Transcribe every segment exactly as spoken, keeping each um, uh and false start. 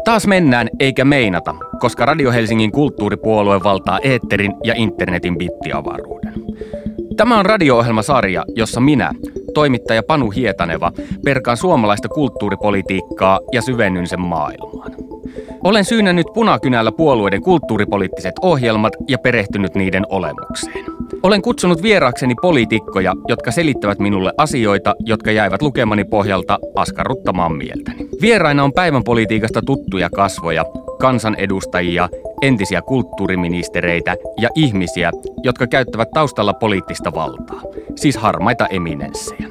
Taas mennään eikä meinata, koska Radio Helsingin kulttuuripuolue valtaa eetterin ja internetin bittiavaruuden. Tämä on radio-ohjelmasarja, jossa minä, toimittaja Panu Hietaneva, perkaan suomalaista kulttuuripolitiikkaa ja syvennyn sen maailmaan. Olen syynännyt punakynällä puolueiden kulttuuripoliittiset ohjelmat ja perehtynyt niiden olemukseen. Olen kutsunut vieraakseni poliitikkoja, jotka selittävät minulle asioita, jotka jäivät lukemani pohjalta askarruttamaan mieltäni. Vieraina on päivän politiikasta tuttuja kasvoja, kansanedustajia, entisiä kulttuuriministereitä ja ihmisiä, jotka käyttävät taustalla poliittista valtaa, siis harmaita eminenssejä.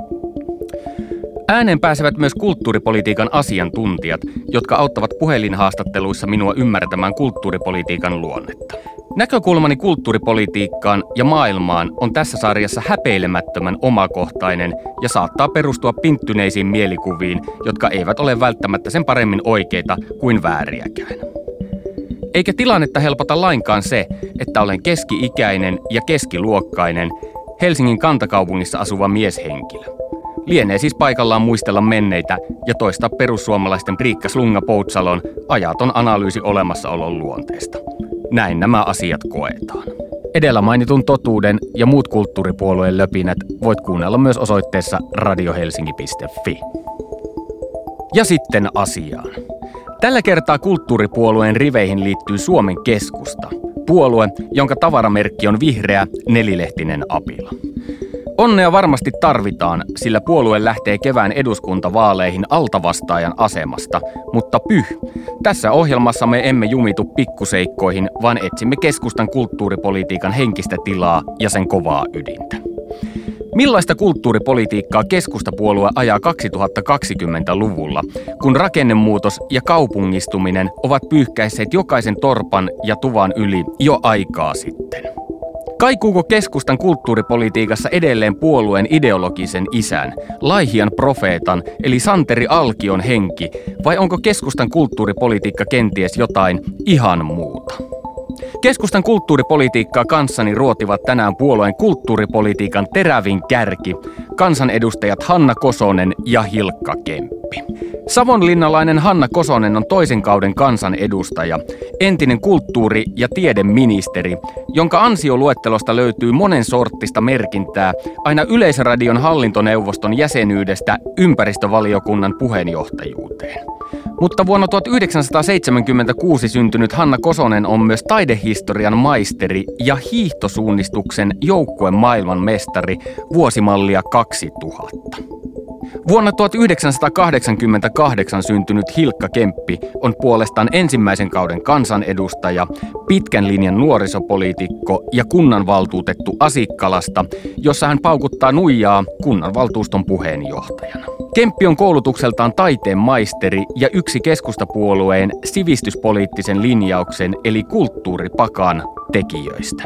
Ääneen pääsevät myös kulttuuripolitiikan asiantuntijat, jotka auttavat puhelinhaastatteluissa minua ymmärtämään kulttuuripolitiikan luonnetta. Näkökulmani kulttuuripolitiikkaan ja maailmaan on tässä sarjassa häpeilemättömän omakohtainen ja saattaa perustua pinttyneisiin mielikuviin, jotka eivät ole välttämättä sen paremmin oikeita kuin vääriäkään. Eikä tilannetta helpota lainkaan se, että olen keski-ikäinen ja keskiluokkainen Helsingin kantakaupungissa asuva mieshenkilö. Lienee siis paikallaan muistella menneitä ja toistaa perussuomalaisten Priikka Slunga-Poutsalon ajaton analyysi olemassaolon luonteesta. Näin nämä asiat koetaan. Edellä mainitun totuuden ja muut kulttuuripuolueen löpinät voit kuunnella myös osoitteessa radiohelsinki piste fi. Ja sitten asiaan. Tällä kertaa kulttuuripuolueen riveihin liittyy Suomen Keskusta, puolue, jonka tavaramerkki on vihreä nelilehtinen apila. Onnea varmasti tarvitaan, sillä puolue lähtee kevään eduskuntavaaleihin altavastaajan asemasta, mutta pyh, tässä ohjelmassa me emme jumitu pikkuseikkoihin, vaan etsimme keskustan kulttuuripolitiikan henkistä tilaa ja sen kovaa ydintä. Millaista kulttuuripolitiikkaa keskustapuolue ajaa kaksituhattakaksikymmentäluvulla, kun rakennemuutos ja kaupungistuminen ovat pyyhkäisseet jokaisen torpan ja tuvan yli jo aikaa sitten? Kaikuuko keskustan kulttuuripolitiikassa edelleen puolueen ideologisen isän, laihian profeetan eli Santeri Alkion henki, vai onko keskustan kulttuuripolitiikka kenties jotain ihan muuta? Keskustan kulttuuripolitiikkaa kanssani ruotivat tänään puolueen kulttuuripolitiikan terävin kärki, kansanedustajat Hanna Kosonen ja Hilkka Kemppi. Savonlinnalainen Hanna Kosonen on toisen kauden kansanedustaja, entinen kulttuuri- ja tiedeministeri, jonka ansioluettelosta löytyy monen sorttista merkintää aina Yleisradion hallintoneuvoston jäsenyydestä ympäristövaliokunnan puheenjohtajuuteen. Mutta vuonna tuhatyhdeksänsataaseitsemänkymmentäkuusi syntynyt Hanna Kosonen on myös taidehistorian maisteri ja hiihtosuunnistuksen joukkueen maailmanmestari vuosimallia kaksituhatta. Vuonna tuhatyhdeksänsataakahdeksankymmentäkahdeksan syntynyt Hilkka Kemppi on puolestaan ensimmäisen kauden kansanedustaja, pitkän linjan nuorisopoliitikko ja kunnanvaltuutettu Asikkalasta, jossa hän paukuttaa nuijaa kunnanvaltuuston puheenjohtajana. Kemppi on koulutukseltaan taiteen maisteri ja yksi keskustapuolueen sivistyspoliittisen linjauksen eli kulttuuripakan tekijöistä.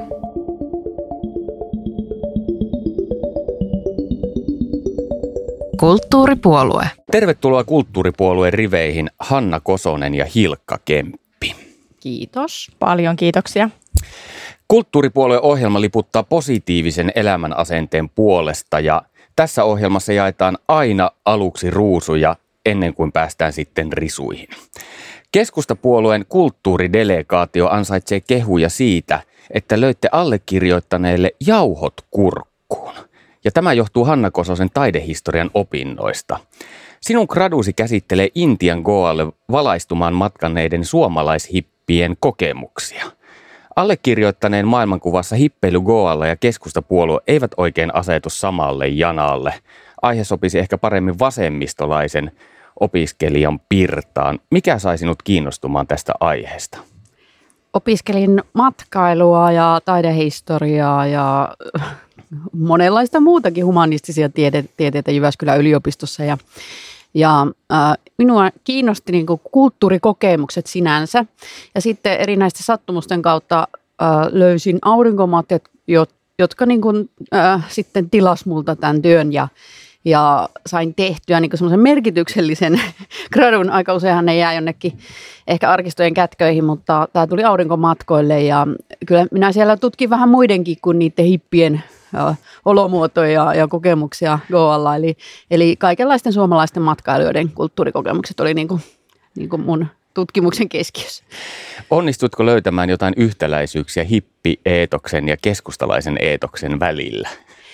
Kulttuuripuolue. Tervetuloa kulttuuripuolueen riveihin Hanna Kosonen ja Hilkka Kemppi. Kiitos. Paljon kiitoksia. Kulttuuripuolueen ohjelma liputtaa positiivisen elämän asenteen puolesta ja tässä ohjelmassa jaetaan aina aluksi ruusuja ennen kuin päästään sitten risuihin. Keskustapuolueen kulttuuridelegaatio ansaitsee kehuja siitä, että löitte allekirjoittaneelle jauhot kurkkuun. Ja tämä johtuu Hanna Kososen taidehistorian opinnoista. Sinun gradusi käsittelee Intian Goalle valaistumaan matkanneiden suomalaishippien kokemuksia. Allekirjoittaneen maailmankuvassa hippeily Goalla ja keskustapuolue eivät oikein asetu samalle janalle. Aihe sopisi ehkä paremmin vasemmistolaisen opiskelijan pirtaan. Mikä sai sinut kiinnostumaan tästä aiheesta? Opiskelin matkailua ja taidehistoriaa ja monenlaista muutakin humanistisia tiede- tieteitä Jyväskylän yliopistossa. Ja, ja äh, minua kiinnosti niin kuin kulttuurikokemukset sinänsä. Ja sitten erinäisten sattumusten kautta äh, löysin aurinkomatet, jotka niin kuin, äh, sitten tilas multa tämän työn ja Ja sain tehtyä niin semmoisen merkityksellisen gradun. Aika useinhan ne jää jonnekin ehkä arkistojen kätköihin, mutta tämä tuli aurinkomatkoille. Ja kyllä minä siellä tutkin vähän muidenkin kuin niiden hippien ja, olomuotoja ja kokemuksia Goalla. Eli, eli kaikenlaisten suomalaisten matkailijoiden kulttuurikokemukset oli niin kuin, niin kuin mun tutkimuksen keskiössä. Onnistutko löytämään jotain yhtäläisyyksiä hippi-eetoksen ja keskustalaisen eetoksen välillä?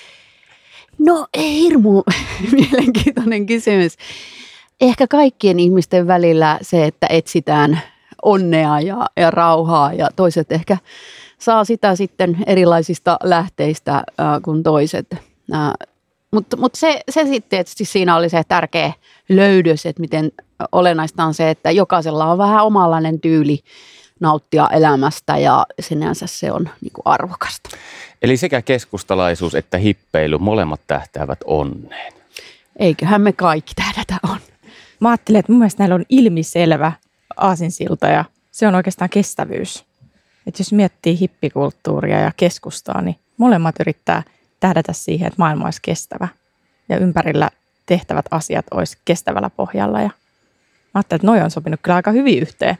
No hirmu mielenkiintoinen kysymys. Ehkä kaikkien ihmisten välillä se, että etsitään onnea ja, ja rauhaa ja toiset ehkä saa sitä sitten erilaisista lähteistä äh, kuin toiset. Äh, Mutta mut se, se sitten tietysti siinä oli se tärkeä löydös, että miten olennaista on se, että jokaisella on vähän omanlainen tyyli nauttia elämästä ja sinänsä se on niin kuin arvokasta. Eli sekä keskustalaisuus että hippeily, molemmat tähtäävät onneen. Eiköhän me kaikki tähdätä on. Mä ajattelen, että mun mielestä näillä on ilmiselvä aasinsilta ja se on oikeastaan kestävyys. Että jos miettii hippikulttuuria ja keskustaa, niin molemmat yrittää tähdätä siihen, että maailma olisi kestävä ja ympärillä tehtävät asiat olisi kestävällä pohjalla. Ja mä ajattelin, että noi on sopinut kyllä aika hyvin yhteen.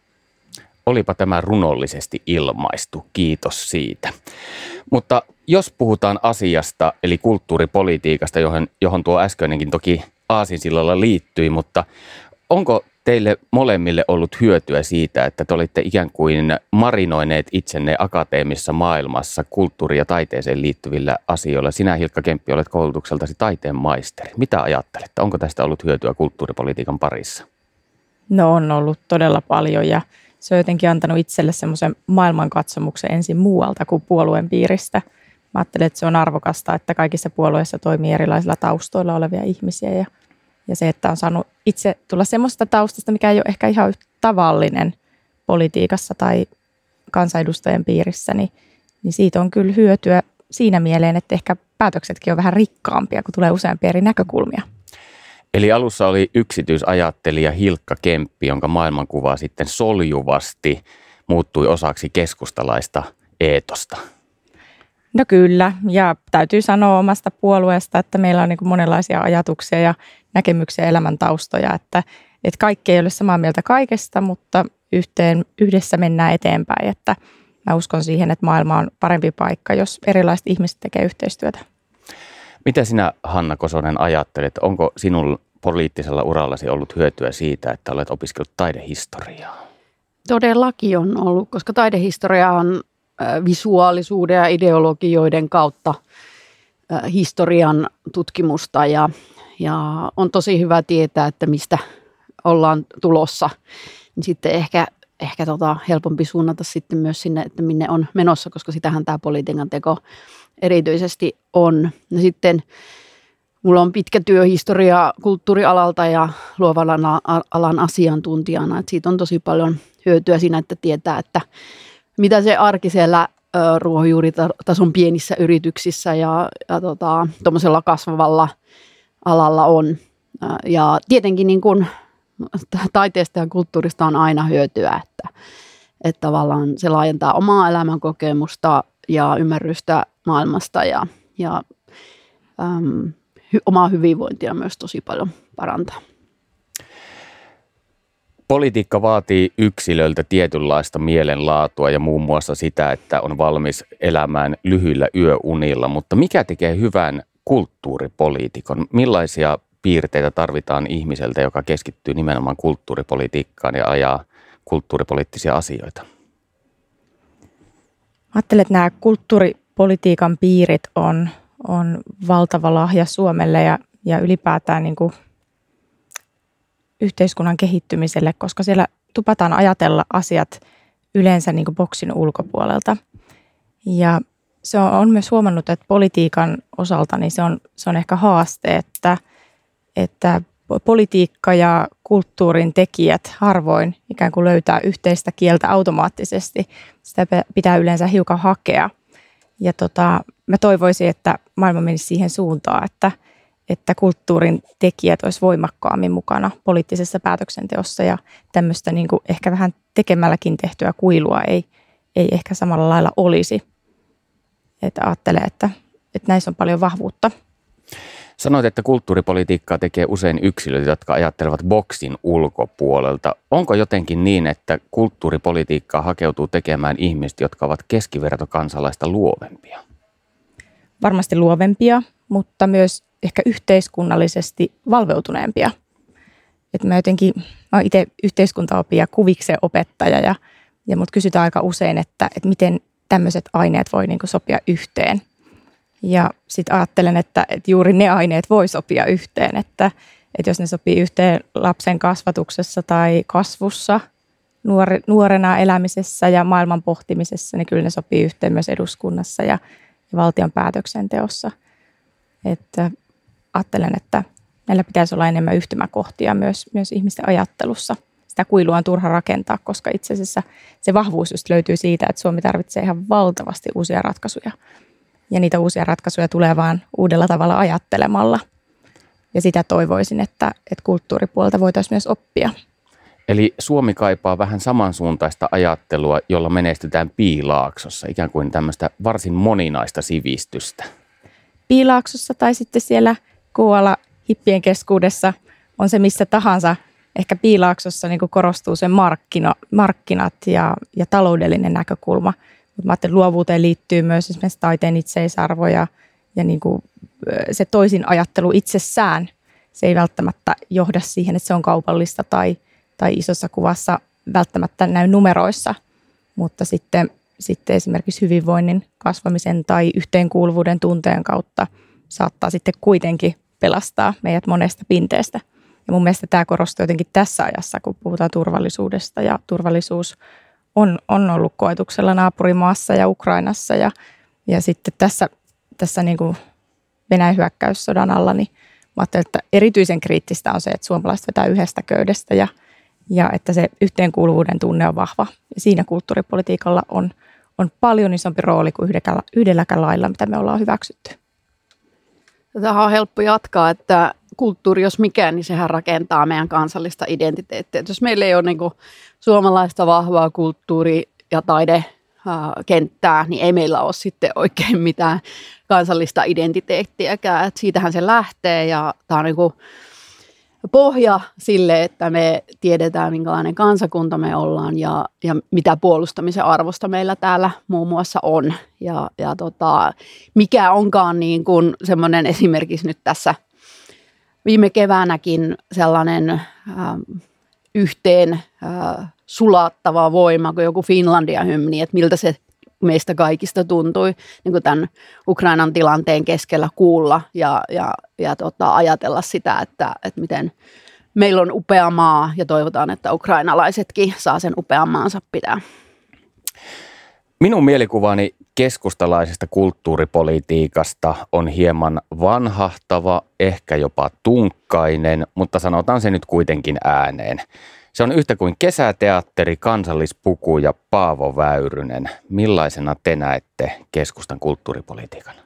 Olipa tämä runollisesti ilmaistu, kiitos siitä. Mutta jos puhutaan asiasta, eli kulttuuripolitiikasta, johon, johon tuo äskeinenkin toki aasinsillalla liittyi, mutta onko teille molemmille ollut hyötyä siitä, että te olitte ikään kuin marinoineet itsenne akateemisessa maailmassa kulttuuri- ja taiteeseen liittyvillä asioilla? Sinä, Hilkka Kemppi, olet koulutukseltasi taiteen maisteri. Mitä ajattelette? Onko tästä ollut hyötyä kulttuuripolitiikan parissa? No on ollut todella paljon ja se on jotenkin antanut itselle semmoisen maailmankatsomuksen ensin muualta kuin puolueen piiristä. Mä ajattelen, että se on arvokasta, että kaikissa puolueissa toimii erilaisilla taustoilla olevia ihmisiä ja, ja se, että on saanut itse tulla semmoista taustasta, mikä ei ole ehkä ihan tavallinen politiikassa tai kansanedustajien piirissä, niin, niin siitä on kyllä hyötyä siinä mieleen, että ehkä päätöksetkin on vähän rikkaampia, kun tulee useampia eri näkökulmia. Eli alussa oli yksityisajattelija Hilkka Kemppi, jonka maailmankuva sitten soljuvasti muuttui osaksi keskustalaista eetosta. No kyllä, ja täytyy sanoa omasta puolueesta, että meillä on niin kuin monenlaisia ajatuksia ja näkemyksiä elämäntaustoja, että, että kaikki ei ole samaa mieltä kaikesta, mutta yhteen, yhdessä mennään eteenpäin, että mä uskon siihen, että maailma on parempi paikka, jos erilaiset ihmiset tekee yhteistyötä. Mitä sinä, Hanna Kosonen, ajattelet? Onko sinun poliittisella urallasi ollut hyötyä siitä, että olet opiskellut taidehistoriaa? Todellakin on ollut, koska taidehistoria on visuaalisuuden ja ideologioiden kautta historian tutkimusta ja, ja on tosi hyvä tietää, että mistä ollaan tulossa. Niin sitten ehkä, ehkä tota helpompi suunnata sitten myös sinne, että minne on menossa, koska sitähän tämä politiikan teko erityisesti on. Ja sitten mulla on pitkä työhistoria kulttuurialalta ja luovan alan asiantuntijana, että siitä on tosi paljon hyötyä siinä, että tietää, että mitä se arki siellä ruohonjuuritason pienissä yrityksissä ja, ja tota, tuommoisella kasvavalla alalla on. Ja tietenkin niin kun, taiteesta ja kulttuurista on aina hyötyä, että, että tavallaan se laajentaa omaa elämänkokemusta ja ymmärrystä maailmasta ja, ja äm, hy, omaa hyvinvointia myös tosi paljon parantaa. Politiikka vaatii yksilöltä tietynlaista mielenlaatua ja muun muassa sitä, että on valmis elämään lyhyillä yöunilla, mutta mikä tekee hyvän kulttuuripoliitikon? Millaisia piirteitä tarvitaan ihmiseltä, joka keskittyy nimenomaan kulttuuripolitiikkaan ja ajaa kulttuuripoliittisia asioita? Ajattelen, että nämä kulttuuripolitiikan piirit on, on valtava lahja Suomelle ja, ja ylipäätään niin kuin yhteiskunnan kehittymiselle, koska siellä tupataan ajatella asiat yleensä niin kuin boksin ulkopuolelta. Ja se on, on myös huomannut, että politiikan osalta niin se, on, se on ehkä haaste, että, että politiikka ja kulttuurin tekijät harvoin ikään kuin löytää yhteistä kieltä automaattisesti. Sitä pitää yleensä hiukan hakea. Ja tota, mä toivoisin, että maailma menisi siihen suuntaan, että että kulttuurin tekijät olisi voimakkaammin mukana poliittisessa päätöksenteossa ja tämmöistä niin kuin ehkä vähän tekemälläkin tehtyä kuilua ei, ei ehkä samalla lailla olisi. Että ajattelen, että, että näissä on paljon vahvuutta. Sanoit, että kulttuuripolitiikkaa tekee usein yksilöt, jotka ajattelevat boksin ulkopuolelta. Onko jotenkin niin, että kulttuuripolitiikkaa hakeutuu tekemään ihmiset, jotka ovat keskivertokansalaista luovempia? Varmasti luovempia, mutta myös ehkä yhteiskunnallisesti valveutuneempia. että mä jotenkin, mä oon itse yhteiskuntaopin ja kuviksen opettaja ja, ja mut kysytään aika usein, että, että miten tämmöiset aineet voi niin kuin sopia yhteen. Ja sitten ajattelen, että, että juuri ne aineet voi sopia yhteen, että, että jos ne sopii yhteen lapsen kasvatuksessa tai kasvussa, nuori, nuorena elämisessä ja maailman pohtimisessa, niin kyllä ne sopii yhteen myös eduskunnassa ja, ja valtion päätöksenteossa. Että ajattelen, että näillä pitäisi olla enemmän yhtymäkohtia myös, myös ihmisten ajattelussa. Sitä kuilua on turha rakentaa, koska itse asiassa se vahvuus just löytyy siitä, että Suomi tarvitsee ihan valtavasti uusia ratkaisuja. Ja niitä uusia ratkaisuja tulee vaan uudella tavalla ajattelemalla. Ja sitä toivoisin, että, että kulttuuripuolta voitaisiin myös oppia. Eli Suomi kaipaa vähän samansuuntaista ajattelua, jolla menestytään Piilaaksossa, ikään kuin tämmöistä varsin moninaista sivistystä. Piilaaksossa tai sitten siellä Kuola hippien keskuudessa on se missä tahansa. Ehkä Piilaaksossa niin kuin korostuu se markkino, markkinat ja, ja taloudellinen näkökulma. Mutta mä ajattelin, että luovuuteen liittyy myös esimerkiksi taiteen itseisarvo ja, ja niin kuin se toisin ajattelu itsessään. Se ei välttämättä johda siihen, että se on kaupallista tai, tai isossa kuvassa välttämättä näy numeroissa. Mutta sitten, sitten esimerkiksi hyvinvoinnin kasvamisen tai yhteenkuuluvuuden tunteen kautta saattaa sitten kuitenkin pelastaa meidät monesta pinteestä. Ja mun mielestä tämä korostuu jotenkin tässä ajassa, kun puhutaan turvallisuudesta ja turvallisuus on, on ollut koetuksella naapurimaassa ja Ukrainassa ja, ja sitten tässä, tässä niin kuin Venäjän hyökkäyssodan alla, niin mä ajattelin, että erityisen kriittistä on se, että suomalaiset vetää yhdestä köydestä ja, ja että se yhteenkuuluvuuden tunne on vahva. Ja siinä kulttuuripolitiikalla on, on paljon isompi rooli kuin yhdelläkään, yhdelläkään lailla, mitä me ollaan hyväksytty. Tähän on helppo jatkaa, että kulttuuri, jos mikään, niin sehän rakentaa meidän kansallista identiteettiä. Jos meillä ei ole niin kuin suomalaista vahvaa kulttuuri- ja taidekenttää, niin ei meillä ole sitten oikein mitään kansallista identiteettiäkään. Et siitähän se lähtee ja tämä on niin kuin pohja sille, että me tiedetään, minkälainen kansakunta me ollaan ja, ja mitä puolustamisen arvosta meillä täällä muun muassa on. Ja, ja tota, mikä onkaan niin kuin semmoinen esimerkiksi nyt tässä viime keväänäkin sellainen äh, yhteen äh, sulattava voima kuin joku Finlandia-hymni, että miltä se meistä kaikista tuntui niin kuin tämän Ukrainan tilanteen keskellä kuulla ja, ja, ja tota, ajatella sitä, että, että miten meillä on upea maa ja toivotaan, että ukrainalaisetkin saa sen upean maansa pitää. Minun mielikuvani keskustalaisesta kulttuuripolitiikasta on hieman vanhahtava, ehkä jopa tunkkainen, mutta sanotaan se nyt kuitenkin ääneen. Se on yhtä kuin kesäteatteri, kansallispuku ja Paavo Väyrynen. Millaisena te näette keskustan kulttuuripolitiikan?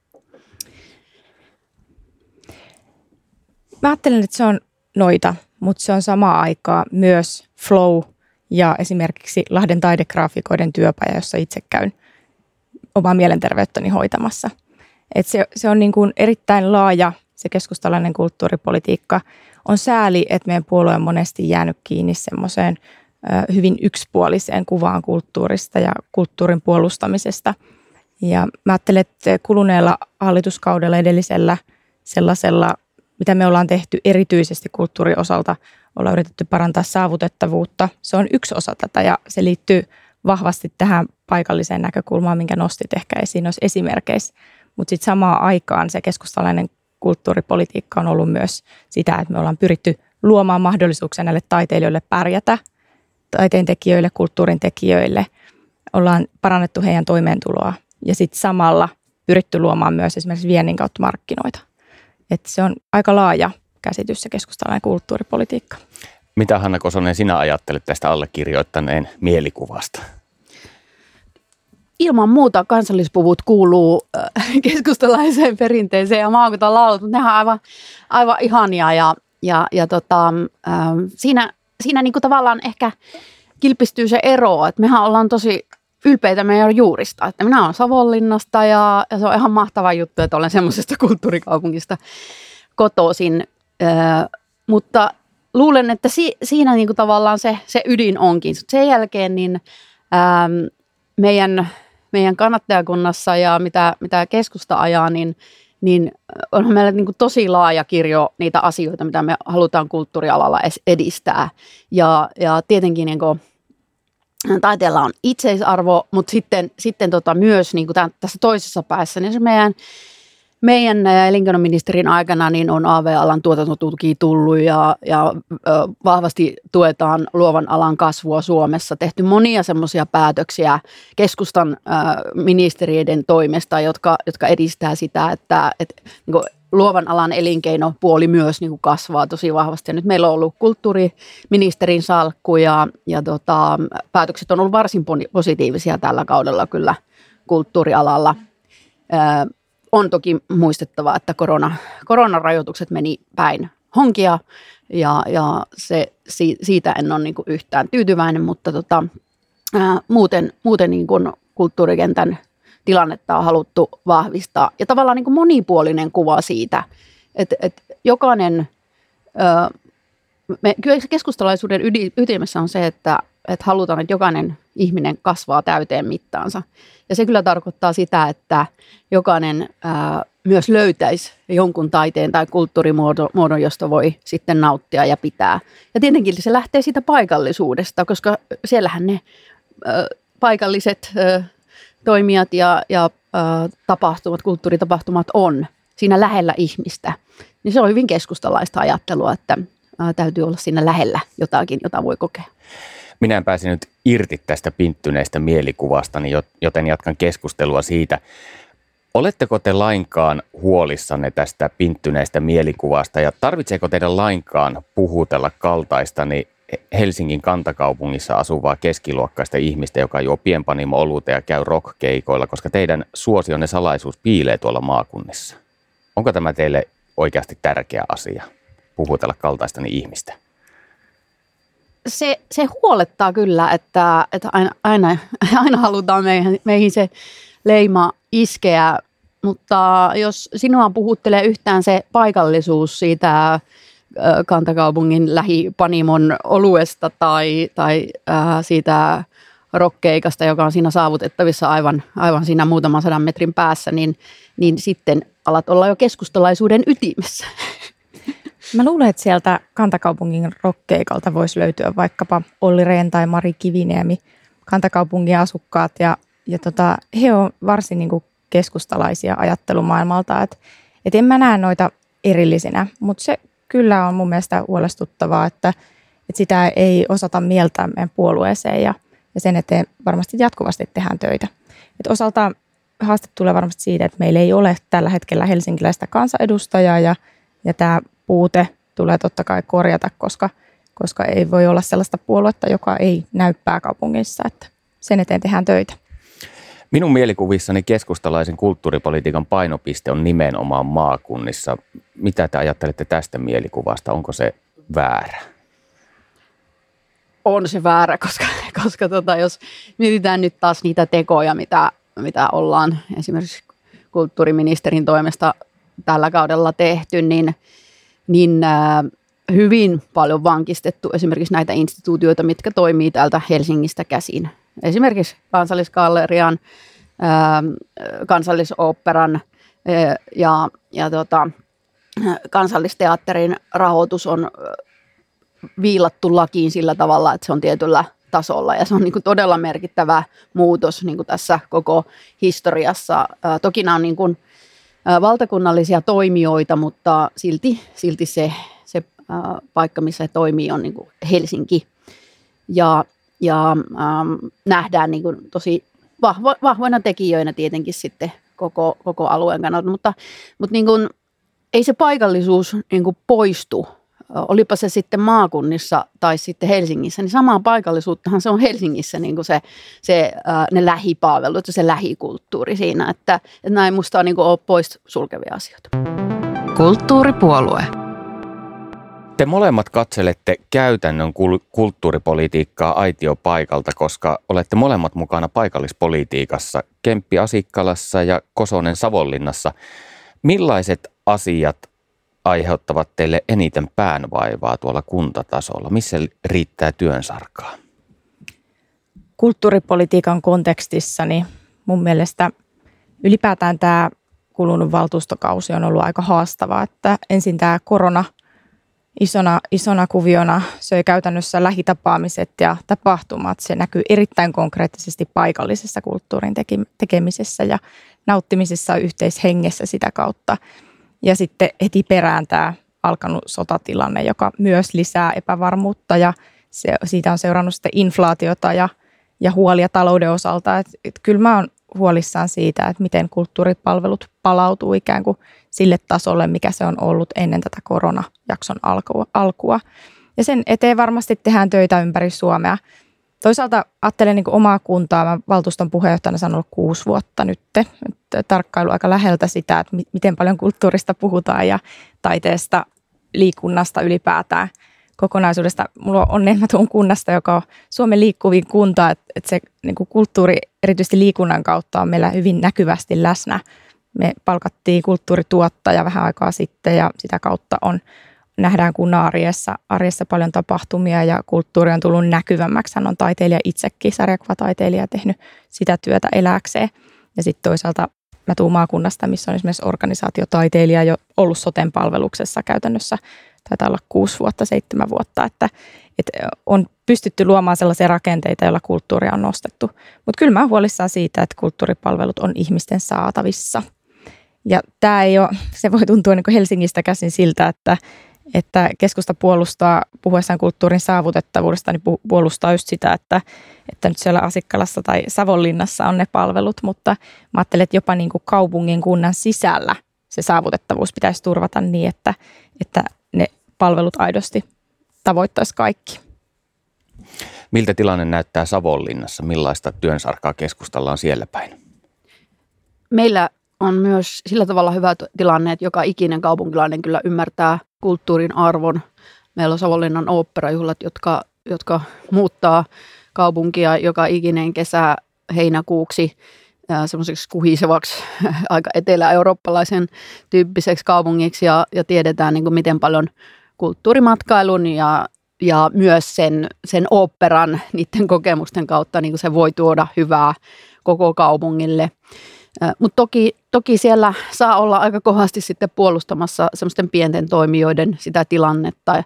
Mä ajattelen, että se on noita, mutta se on samaan aikaan myös flow ja esimerkiksi Lahden taidegraafikoiden työpaja, jossa itse käyn omaa mielenterveyttäni hoitamassa. Et se, se on niin kuin erittäin laaja se keskustalainen kulttuuripolitiikka. On sääli, että meidän puolue on monesti jäänyt kiinni semmoiseen hyvin yksipuoliseen kuvaan kulttuurista ja kulttuurin puolustamisesta. Ja mä ajattelen, että kuluneella hallituskaudella edellisellä sellaisella, mitä me ollaan tehty erityisesti kulttuurin osalta, ollaan yritetty parantaa saavutettavuutta. Se on yksi osa tätä ja se liittyy vahvasti tähän paikalliseen näkökulmaan, minkä nostit ehkä esiin noissa esimerkkeissä. Mutta sitten samaan aikaan se keskustalainen kulttuuripolitiikka on ollut myös sitä, että me ollaan pyritty luomaan mahdollisuuksia näille taiteilijoille pärjätä, taiteen tekijöille, kulttuurin tekijöille. Ollaan parannettu heidän toimeentuloa ja sitten samalla pyritty luomaan myös esimerkiksi viennin kautta markkinoita. Et se on aika laaja käsitys se keskustalainen kulttuuripolitiikka. Mitä Hanna Kosonen sinä ajattelet tästä allekirjoittaneen mielikuvasta? Ilman muuta kansallispuvut kuuluu keskustalaiseen perinteeseen ja maakuntalaulut, mutta nehän on aivan, aivan ihania ja, ja, ja tota, äh, siinä, siinä niin kuin tavallaan ehkä kilpistyy se ero, että mehän ollaan tosi ylpeitä meidän juurista, että minä olen Savonlinnasta ja, ja se on ihan mahtava juttu, että olen semmoisesta kulttuurikaupungista kotoisin, äh, mutta luulen, että si, siinä niin kuin tavallaan se, se ydin onkin. Sen jälkeen niin ähm, meidän, meidän kannattajakunnassa ja mitä, mitä keskusta ajaa, niin, niin onhan meillä niin kuin tosi laaja kirjo niitä asioita, mitä me halutaan kulttuurialalla edistää. Ja, ja tietenkin niin kuin taiteella on itseisarvo, mutta sitten, sitten tota myös niin kuin tämän, tässä toisessa päässä, niin se meidän, meidän elinkeinoministerin aikana niin on A V-alan tuotantotuki tullut ja, ja ö, vahvasti tuetaan luovan alan kasvua Suomessa. Tehty monia semmoisia päätöksiä keskustan ö, ministeriöiden toimesta, jotka, jotka edistää sitä, että et, niin kuin luovan alan elinkeinopuoli myös niin kuin kasvaa tosi vahvasti. Ja nyt meillä on ollut kulttuuriministerin salkku ja, ja tota, päätökset on ollut varsin positiivisia tällä kaudella kyllä kulttuurialalla. Ö, on toki muistettava, että korona, koronarajoitukset meni päin honkia ja, ja se, siitä en ole niin kuin yhtään tyytyväinen, mutta tota, ää, muuten, muuten niin kuin kulttuurikentän tilannetta on haluttu vahvistaa. Ja tavallaan niin kuin monipuolinen kuva siitä, että, että jokainen, ää, me, keskustalaisuuden ytimessä on se, että, että halutaan, että jokainen ihminen kasvaa täyteen mittaansa. Ja se kyllä tarkoittaa sitä, että jokainen ää, myös löytäisi jonkun taiteen tai kulttuurimuodon, josta voi sitten nauttia ja pitää. Ja tietenkin se lähtee siitä paikallisuudesta, koska siellähän ne ää, paikalliset ää, toimijat ja, ja ää, tapahtumat, kulttuuritapahtumat on siinä lähellä ihmistä. Niin se on hyvin keskustalaista ajattelua, että ää, täytyy olla siinä lähellä jotakin, jota voi kokea. Minä en pääse nyt irti tästä pinttyneestä mielikuvastani, joten jatkan keskustelua siitä. Oletteko te lainkaan huolissanne tästä pinttyneestä mielikuvasta ja tarvitseeko teidän lainkaan puhutella kaltaistani Helsingin kantakaupungissa asuvaa keskiluokkaista ihmistä, joka juo pienpanimo-oluita ja käy rock-keikoilla, koska teidän suosionne salaisuus piilee tuolla maakunnissa? Onko tämä teille oikeasti tärkeä asia, puhutella kaltaistani ihmistä? Se, se huolettaa kyllä, että, että aina, aina, aina halutaan meihin, meihin se leima iskeä, mutta jos sinua puhuttelee yhtään se paikallisuus siitä kantakaupungin lähipanimon oluesta tai, tai äh, siitä rockkeikasta, joka on siinä saavutettavissa aivan, aivan siinä muutaman sadan metrin päässä, niin, niin sitten alat olla jo keskustalaisuuden ytimessä. Mä luulen, että sieltä kantakaupungin rockkeikalta voisi löytyä vaikkapa Olli Rehn tai Mari Kiviniemi, kantakaupungin asukkaat. Ja, ja tota, he on varsin niin kuin keskustalaisia ajattelumaailmalta. Et, et en mä näe noita erillisinä, mutta se kyllä on mun mielestä huolestuttavaa, että, että sitä ei osata mieltää meidän puolueeseen ja, ja sen eteen varmasti jatkuvasti tehdään töitä. Et osalta haaste tulee varmasti siitä, että meillä ei ole tällä hetkellä helsinkiläistä kansanedustajaa ja, ja tämä puute tulee totta kai korjata, koska, koska ei voi olla sellaista puoluetta, joka ei näy pääkaupungissa, että sen eteen tehdään töitä. Minun mielikuvissani keskustalaisen kulttuuripolitiikan painopiste on nimenomaan maakunnissa. Mitä te ajattelette tästä mielikuvasta? Onko se väärä? On se väärä, koska, koska tota, jos mietitään nyt taas niitä tekoja, mitä, mitä ollaan esimerkiksi kulttuuriministerin toimesta tällä kaudella tehty, niin, niin äh, hyvin paljon vankistettu esimerkiksi näitä instituutioita, mitkä toimii täältä Helsingistä käsin. Esimerkiksi Kansallisgallerian, ää, Kansallisoopperan ää, ja, ja tota, Kansallisteatterin rahoitus on viilattu lakiin sillä tavalla, että se on tietyllä tasolla. Ja se on niin kuin todella merkittävä muutos niin kuin tässä koko historiassa. Ää, toki nämä on niin kuin, ää, valtakunnallisia toimijoita, mutta silti, silti se, se ää, paikka, missä se toimii, on niin kuin Helsinki. Ja Ja ähm, nähdään niin kuin tosi vahvo, vahvoina tekijöinä tietenkin sitten koko, koko alueen kannalta, mutta, mutta niin kuin, ei se paikallisuus niin kuin poistu, olipa se sitten maakunnissa tai sitten Helsingissä, niin samaa paikallisuuttahan se on Helsingissä niin kuin se, se, äh, ne lähipalvelut ja se lähikulttuuri siinä, että, että näin musta on niin kuin ole pois sulkevia asioita. Kulttuuripuolue. Te molemmat katselette käytännön kulttuuripolitiikkaa aitiopaikalta, koska olette molemmat mukana paikallispolitiikassa, Kemppi Asikkalassa ja Kosonen Savonlinnassa. Millaiset asiat aiheuttavat teille eniten päänvaivaa tuolla kuntatasolla? Missä riittää työnsarkaa? Kulttuuripolitiikan kontekstissa niin mun mielestä ylipäätään tämä kulunut valtuustokausi on ollut aika haastava, että ensin tämä korona isona, isona kuviona söi käytännössä lähitapaamiset ja tapahtumat. Se näkyy erittäin konkreettisesti paikallisessa kulttuurin tekemisessä ja nauttimisessa yhteishengessä sitä kautta. Ja sitten heti perään tämä alkanut sotatilanne, joka myös lisää epävarmuutta ja se, siitä on seurannut sitten inflaatiota ja, ja huolia talouden osalta. Et, et kyllä mä oon huolissaan siitä, että miten kulttuuripalvelut palautuu ikään kuin sille tasolle, mikä se on ollut ennen tätä koronajakson alkua. Ja sen eteen varmasti tehdään töitä ympäri Suomea. Toisaalta ajattelen niin kuin omaa kuntaa, mä valtuuston puheenjohtajana sanon ollut kuusi vuotta nyt, tarkkailu aika läheltä sitä, että miten paljon kulttuurista puhutaan ja taiteesta, liikunnasta ylipäätään kokonaisuudesta. Mulla on onnea, mä tuun kunnasta, joka on Suomen liikkuvin kunta, että, että se niin kuin kulttuuri erityisesti liikunnan kautta on meillä hyvin näkyvästi läsnä. Me palkattiin kulttuurituottaja vähän aikaa sitten ja sitä kautta on, nähdään kunnan arjessa, arjessa paljon tapahtumia ja kulttuuri on tullut näkyvämmäksi. Hän on taiteilija itsekin, sarjakuvataiteilija, tehnyt sitä työtä elääkseen. Ja sitten toisaalta mä tuun maakunnasta, missä on esimerkiksi organisaatiotaiteilija jo ollut soten palveluksessa käytännössä. Taitaa olla kuusi vuotta, seitsemän vuotta, että, että on pystytty luomaan sellaisia rakenteita, joilla kulttuuria on nostettu. Mutta kyllä mä oon huolissaan siitä, että kulttuuripalvelut on ihmisten saatavissa. Ja tämä ei ole, se voi tuntua niin kuin Helsingistä käsin siltä, että, että keskusta puolustaa, puhuessaan kulttuurin saavutettavuudesta, niin puolustaa just sitä, että, että nyt siellä Asikkalassa tai Savonlinnassa on ne palvelut, mutta mä ajattelen, että jopa niin kuin kaupungin kunnan sisällä se saavutettavuus pitäisi turvata niin, että, että ne palvelut aidosti tavoittaisi kaikki. Miltä tilanne näyttää Savonlinnassa? Millaista työnsarkaa keskustalla on siellä päin? Meillä on myös sillä tavalla hyvä tilanne, että joka ikinen kaupunkilainen kyllä ymmärtää kulttuurin arvon. Meillä on Savonlinnan oopperajuhlat, jotka, jotka muuttaa kaupunkia joka ikinen kesä heinäkuuksi semmoiseksi kuhisevaksi aika etelä-eurooppalaisen tyyppiseksi kaupungiksi ja, ja tiedetään niin kuin miten paljon kulttuurimatkailun ja, ja myös sen, sen oopperan niiden kokemusten kautta niin kuin se voi tuoda hyvää koko kaupungille. Mutta toki, toki siellä saa olla aika kovasti sitten puolustamassa semmoisten pienten toimijoiden sitä tilannetta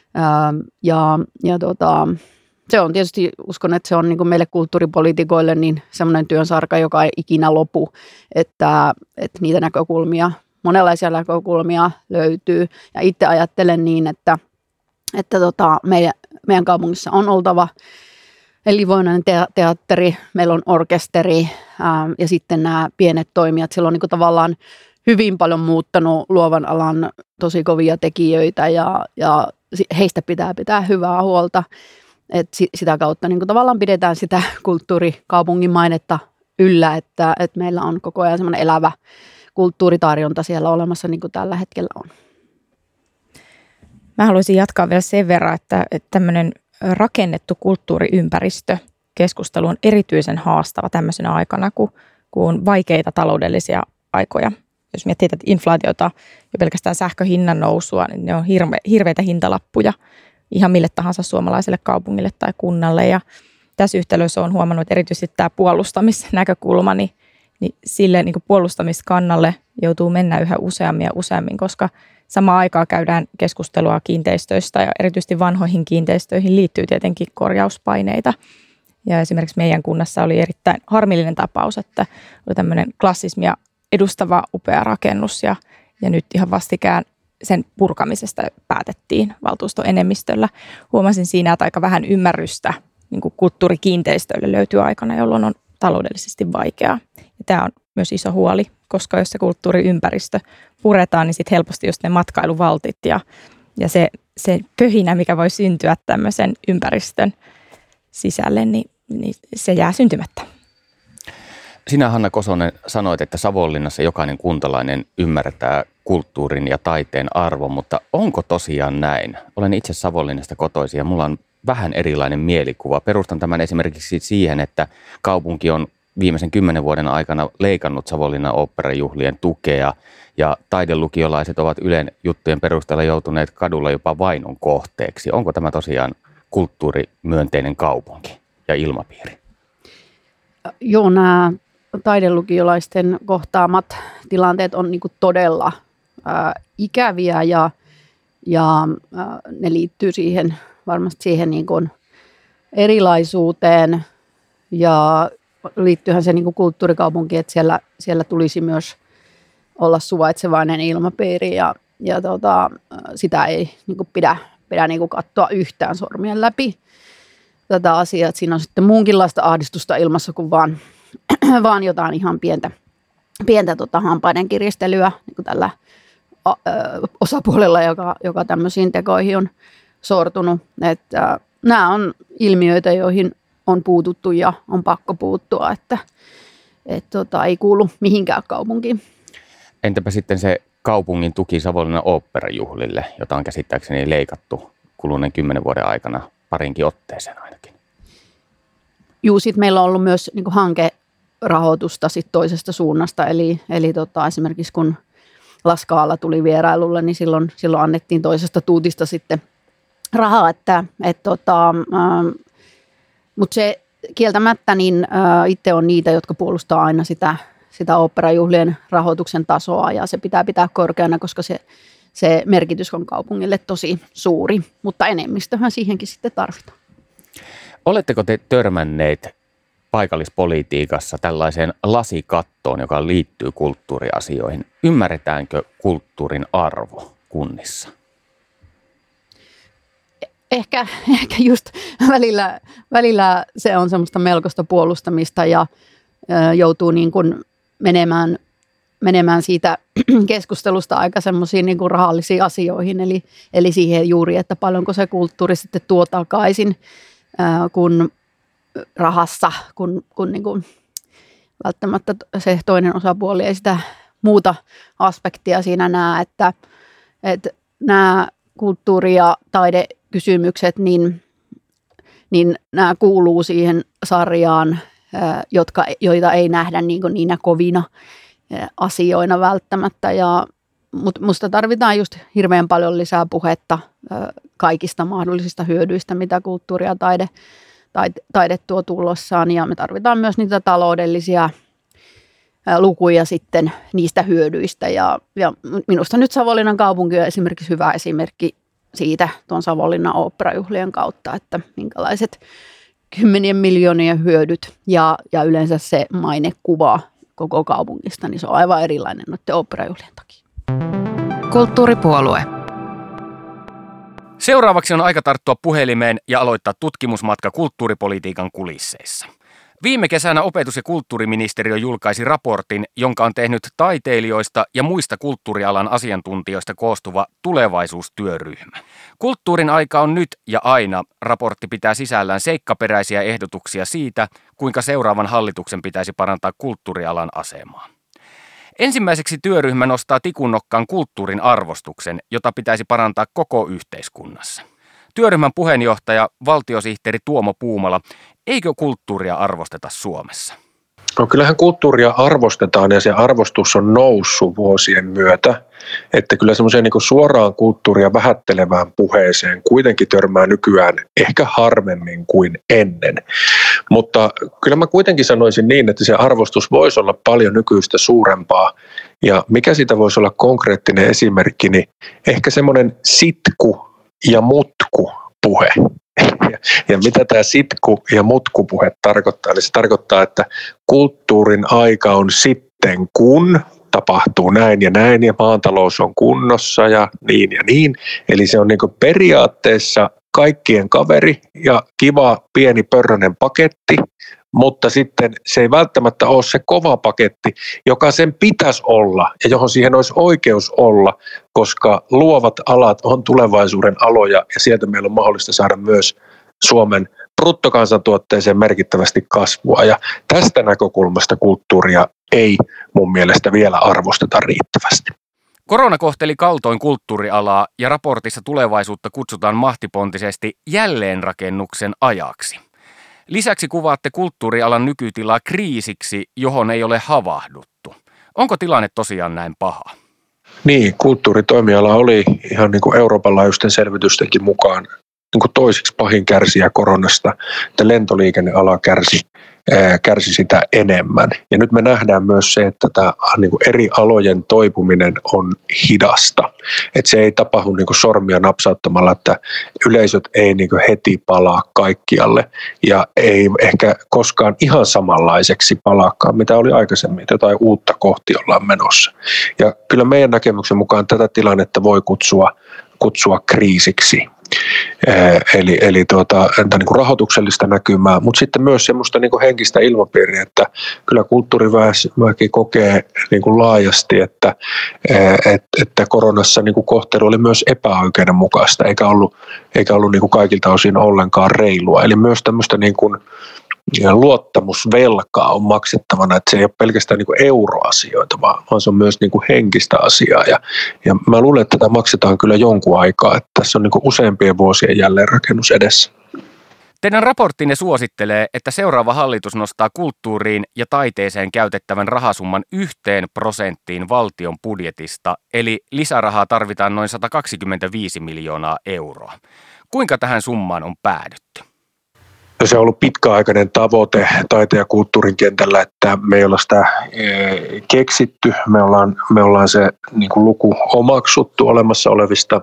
ja, ja tota, se on tietysti, uskon, että se on niin kuin meille kulttuuripoliitikoille niin semmoinen työnsarka, joka ei ikinä lopu, että, että niitä näkökulmia, monenlaisia näkökulmia löytyy. Ja itse ajattelen niin, että, että tota, meidän, meidän kaupungissa on oltava elinvoimainen teatteri, meillä on orkesteri ää, ja sitten nämä pienet toimijat. Siellä on niin kuin tavallaan hyvin paljon muuttanut luovan alan tosi kovia tekijöitä ja, ja heistä pitää pitää hyvää huolta. Et sitä kautta niin kuin tavallaan pidetään sitä kulttuurikaupungin mainetta yllä, että, että meillä on koko ajan semmoinen elävä kulttuuritarjonta siellä olemassa niin kuin tällä hetkellä on. Mä haluaisin jatkaa vielä sen verran, että, että tämmöinen rakennettu kulttuuriympäristö keskustelu on erityisen haastava tämmöisenä aikana, kun, kun on vaikeita taloudellisia aikoja. Jos miettii tätä inflaatiota ja pelkästään sähköhinnan nousua, niin ne on hirve, hirveitä hintalappuja ihan mille tahansa suomalaiselle kaupungille tai kunnalle. Ja tässä yhtälössä on huomannut, että erityisesti tämä puolustamisnäkökulma, niin, niin sille niin kuin puolustamiskannalle joutuu mennä yhä useammin ja useammin, koska samaan aikaan käydään keskustelua kiinteistöistä ja erityisesti vanhoihin kiinteistöihin liittyy tietenkin korjauspaineita. Ja esimerkiksi meidän kunnassa oli erittäin harmillinen tapaus, että oli tämmöinen klassismia edustava upea rakennus ja, ja nyt ihan vastikään sen purkamisesta päätettiin valtuustoenemmistöllä. Huomasin siinä, että aika vähän ymmärrystä niin kuin kulttuurikiinteistöille löytyy aikana, jolloin on taloudellisesti vaikeaa. Ja tämä on myös iso huoli, koska jos se kulttuuriympäristö puretaan, niin sitten helposti just ne matkailuvaltit ja, ja se, se pöhinä, mikä voi syntyä tämmöisen ympäristön sisälle, niin, niin se jää syntymättä. Sinä, Hanna Kosonen, sanoit, että Savonlinnassa jokainen kuntalainen ymmärtää kulttuurin ja taiteen arvon, mutta onko tosiaan näin? Olen itse Savonlinnasta kotoisin ja mulla on vähän erilainen mielikuva. Perustan tämän esimerkiksi siihen, että kaupunki on viimeisen kymmenen vuoden aikana leikannut Savonlinnan oopperajuhlien tukea ja taidelukiolaiset ovat Ylen juttujen perusteella joutuneet kadulla jopa vainon kohteeksi. Onko tämä tosiaan kulttuurimyönteinen kaupunki ja ilmapiiri? Joo, nämä taidelukiolaisten kohtaamat tilanteet on niin kuin todella ää, ikäviä ja, ja ää, ne liittyy siihen, varmasti siihen niin kuin erilaisuuteen ja liittyyhän se niin kuin kulttuurikaupunkiin, että siellä, siellä tulisi myös olla suvaitsevainen ilmapiiri ja, ja tota, sitä ei niin kuin pidä, pidä niin kuin katsoa yhtään sormien läpi tätä asiaa, että siinä on sitten muunkinlaista ahdistusta ilmassa kuin vaan, vaan jotain ihan pientä, pientä tota, hampaiden kiristelyä niin kuin tällä a, ö, osapuolella, joka, joka tämmöisiin tekoihin on sortunut. Että, nämä on ilmiöitä, joihin on puututtu ja on pakko puuttua, että et, tota, ei kuulu mihinkään kaupunkiin. Entäpä sitten se kaupungin tuki Savonlinnan oopperajuhlille, jota on käsittääkseni leikattu kuluneen kymmenen vuoden aikana parinkin otteeseen ainakin? Juu, sitten meillä on ollut myös niin kuin hankerahoitusta sit toisesta suunnasta, eli, eli tota, esimerkiksi kun Laskaalla tuli vierailulle, niin silloin, silloin annettiin toisesta tuutista sitten rahaa, että et, tota, ähm, mutta se kieltämättä niin äh, itse on niitä, jotka puolustaa aina sitä, sitä oopperajuhlien rahoituksen tasoa ja se pitää pitää korkeana, koska se, se merkitys on kaupungille tosi suuri, mutta enemmistöhän siihenkin sitten tarvitaan. Oletteko te törmänneet paikallispolitiikassa tällaiseen lasikattoon, joka liittyy kulttuuriasioihin? Ymmärretäänkö kulttuurin arvo kunnissa? Ehkä, ehkä just välillä, välillä se on semmoista melkoista puolustamista ja ö, joutuu niin kuin menemään, menemään siitä keskustelusta aika semmoisiin niin kuin rahallisiin asioihin, eli, eli siihen juuri, että paljonko se kulttuuri sitten tuo takaisin, ö, kun rahassa, kun, kun niin kuin välttämättä se toinen osapuoli ei sitä muuta aspektia siinä näe, että, että nämä kulttuuri- ja taidekysymykset, niin, niin nämä kuuluu siihen sarjaan, jotka, joita ei nähdä niin kuin niinä kovina asioina välttämättä. Ja, mutta musta tarvitaan just hirveän paljon lisää puhetta kaikista mahdollisista hyödyistä, mitä kulttuuri ja taide, taide, taide tuo tulossaan. Ja me tarvitaan myös niitä taloudellisia lukuja sitten niistä hyödyistä. Ja, ja minusta nyt Savonlinnan kaupunki on esimerkiksi hyvä esimerkki siitä tuon Savonlinnan oopperajuhlien kautta, että minkälaiset kymmenien miljoonien hyödyt ja, ja yleensä se mainekuva koko kaupungista, niin se on aivan erilainen noiden oopperajuhlien takia. Kulttuuripuolue. Seuraavaksi on aika tarttua puhelimeen ja aloittaa tutkimusmatka kulttuuripolitiikan kulisseissa. Viime kesänä opetus- ja kulttuuriministeriö julkaisi raportin, jonka on tehnyt taiteilijoista ja muista kulttuurialan asiantuntijoista koostuva tulevaisuustyöryhmä. Kulttuurin aika on nyt ja aina. Raportti pitää sisällään seikkaperäisiä ehdotuksia siitä, kuinka seuraavan hallituksen pitäisi parantaa kulttuurialan asemaa. Ensimmäiseksi työryhmä nostaa tikunnokkaan kulttuurin arvostuksen, jota pitäisi parantaa koko yhteiskunnassa. Työryhmän puheenjohtaja, valtiosihteeri Tuomo Puumala, eikö kulttuuria arvosteta Suomessa? No kyllähän kulttuuria arvostetaan ja se arvostus on noussut vuosien myötä, että kyllä semmoiseen niin kuin suoraan kulttuuria vähättelevään puheeseen kuitenkin törmää nykyään ehkä harvemmin kuin ennen. Mutta kyllä mä kuitenkin sanoisin niin, että se arvostus voisi olla paljon nykyistä suurempaa ja mikä siitä voisi olla konkreettinen esimerkki, niin ehkä semmoinen sitku ja mutku puhe. Ja, ja mitä tämä sitku- ja mutkupuhe tarkoittaa? Eli se tarkoittaa, että kulttuurin aika on sitten, kun tapahtuu näin ja näin ja maantalous on kunnossa ja niin ja niin. Eli se on niin kuin periaatteessa kaikkien kaveri ja kiva pieni pörrönen paketti, mutta sitten se ei välttämättä ole se kova paketti, joka sen pitäisi olla ja johon siihen olisi oikeus olla, koska luovat alat on tulevaisuuden aloja ja sieltä meillä on mahdollista saada myös Suomen bruttokansantuotteeseen merkittävästi kasvua. Ja tästä näkökulmasta kulttuuria ei mun mielestä vielä arvosteta riittävästi. Korona kohteli kaltoin kulttuurialaa ja raportissa tulevaisuutta kutsutaan mahtipontisesti jälleenrakennuksen ajaksi. Lisäksi kuvaatte kulttuurialan nykytilaa kriisiksi, johon ei ole havahduttu. Onko tilanne tosiaan näin paha? Niin, kulttuuritoimiala oli ihan niin kuin Euroopan laajuisten selvitystenkin mukaan niin kuin toisiksi pahin kärsijä koronasta, että lentoliikenneala kärsi kärsi sitä enemmän. Ja nyt me nähdään myös se, että tämä niin kuin eri alojen toipuminen on hidasta. Että se ei tapahdu niin kuin sormia napsauttamalla, että yleisöt ei niin kuin heti palaa kaikkialle ja ei ehkä koskaan ihan samanlaiseksi palaakaan, mitä oli aikaisemmin. Jotain uutta kohti ollaan menossa. Ja kyllä meidän näkemyksen mukaan tätä tilannetta voi kutsua, kutsua kriisiksi. Eli, eli tuota, entä niin kuin rahoituksellista näkymää, mutta sitten myös semmoista niin kuin henkistä ilmapiiriä, että kyllä kulttuuriväki kokee niin kuin laajasti, että, että, että koronassa niin kuin kohtelu oli myös epäoikeudenmukaista, eikä ollut, eikä ollut niin kuin kaikilta osin ollenkaan reilua. Eli myös tämmöistä niin kuin luottamusvelkaa on maksettavana, että se ei ole pelkästään niin kuin euroasioita, vaan se on myös niin kuin henkistä asiaa. Ja, ja mä luulen, että tätä maksetaan kyllä jonkun aikaa, että tässä on niin kuin useampien vuosien jälleenrakennus edessä. Teidän raporttinne suosittelee, että seuraava hallitus nostaa kulttuuriin ja taiteeseen käytettävän rahasumman yhteen prosenttiin valtion budjetista, eli lisärahaa tarvitaan noin sata kaksikymmentäviisi miljoonaa euroa. Kuinka tähän summaan on päädytty? Se on ollut pitkäaikainen tavoite taiteen ja kulttuurin kentällä, että me ei olla sitä keksitty. Me ollaan, me ollaan se niin kuin luku omaksuttu olemassa olevista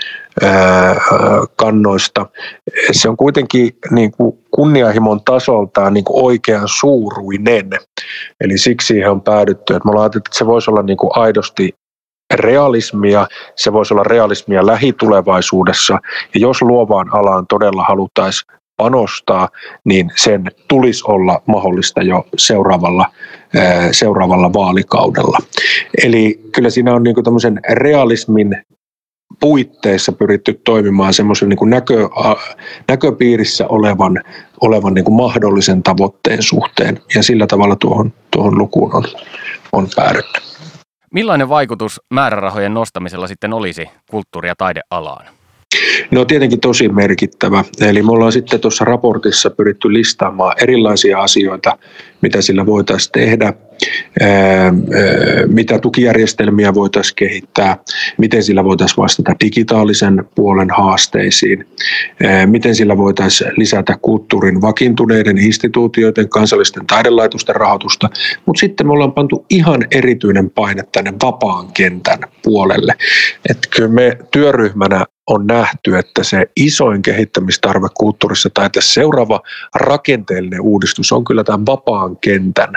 kannoista. Se on kuitenkin niin kuin kunnianhimon tasoltaan niin kuin oikean suuruinen. Eli siksi siihen on päädytty, että me ollaan ajateltu, että se voisi olla niin kuin aidosti realismia, se voisi olla realismia lähitulevaisuudessa. Ja jos luovaan alaan todella halutaisiin panostaa, niin sen tulisi olla mahdollista jo seuraavalla, seuraavalla vaalikaudella. Eli kyllä siinä on niin kuin tämmöisen realismin puitteissa pyritty toimimaan semmoisen niin kuin näkö, näköpiirissä olevan, olevan niin kuin mahdollisen tavoitteen suhteen, ja sillä tavalla tuohon, tuohon lukuun on, on päädytty. Millainen vaikutus määrärahojen nostamisella sitten olisi kulttuuri- ja taidealaan? No tietenkin tosi merkittävä. Eli me ollaan sitten tuossa raportissa pyritty listaamaan erilaisia asioita, mitä sillä voitaisiin tehdä, mitä tukijärjestelmiä voitaisiin kehittää, miten sillä voitaisiin vastata digitaalisen puolen haasteisiin, miten sillä voitaisiin lisätä kulttuurin vakiintuneiden instituutioiden, kansallisten taidelaitosten rahoitusta, mutta sitten me ollaan pantu ihan erityinen paine tänne vapaan kentän puolelle. Että kyllä me työryhmänä on nähty, että se isoin kehittämistarve kulttuurissa tai tässä seuraava rakenteellinen uudistus on kyllä tämän vapaan kentän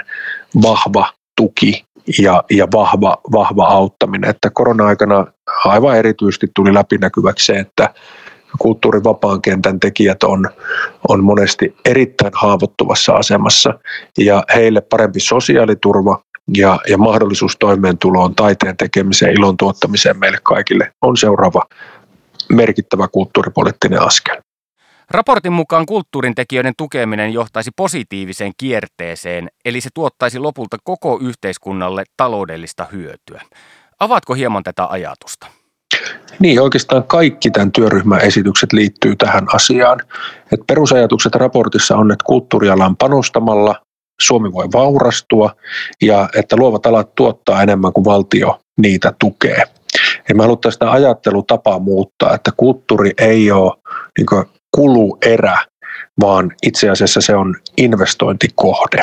vahva tuki ja, ja vahva, vahva auttaminen. Että korona-aikana aivan erityisesti tuli läpinäkyväksi se, että kulttuurin vapaan kentän tekijät on, on monesti erittäin haavoittuvassa asemassa ja heille parempi sosiaaliturva ja, ja mahdollisuus toimeentuloon, taiteen tekemiseen, ilon tuottamiseen meille kaikille on seuraava merkittävä kulttuuripoliittinen askel. Raportin mukaan kulttuurin tekijöiden tukeminen johtaisi positiiviseen kierteeseen, eli se tuottaisi lopulta koko yhteiskunnalle taloudellista hyötyä. Avaatko hieman tätä ajatusta? Niin, oikeastaan kaikki tämän työryhmän esitykset liittyy tähän asiaan. Et perusajatukset raportissa on, että kulttuurialan panostamalla Suomi voi vaurastua ja että luovat alat tuottaa enemmän kuin valtio niitä tukee. Ja me haluttaisiin sitä ajattelutapaa muuttaa, että kulttuuri ei ole niin kuin kuluerä, vaan itse asiassa se on investointikohde.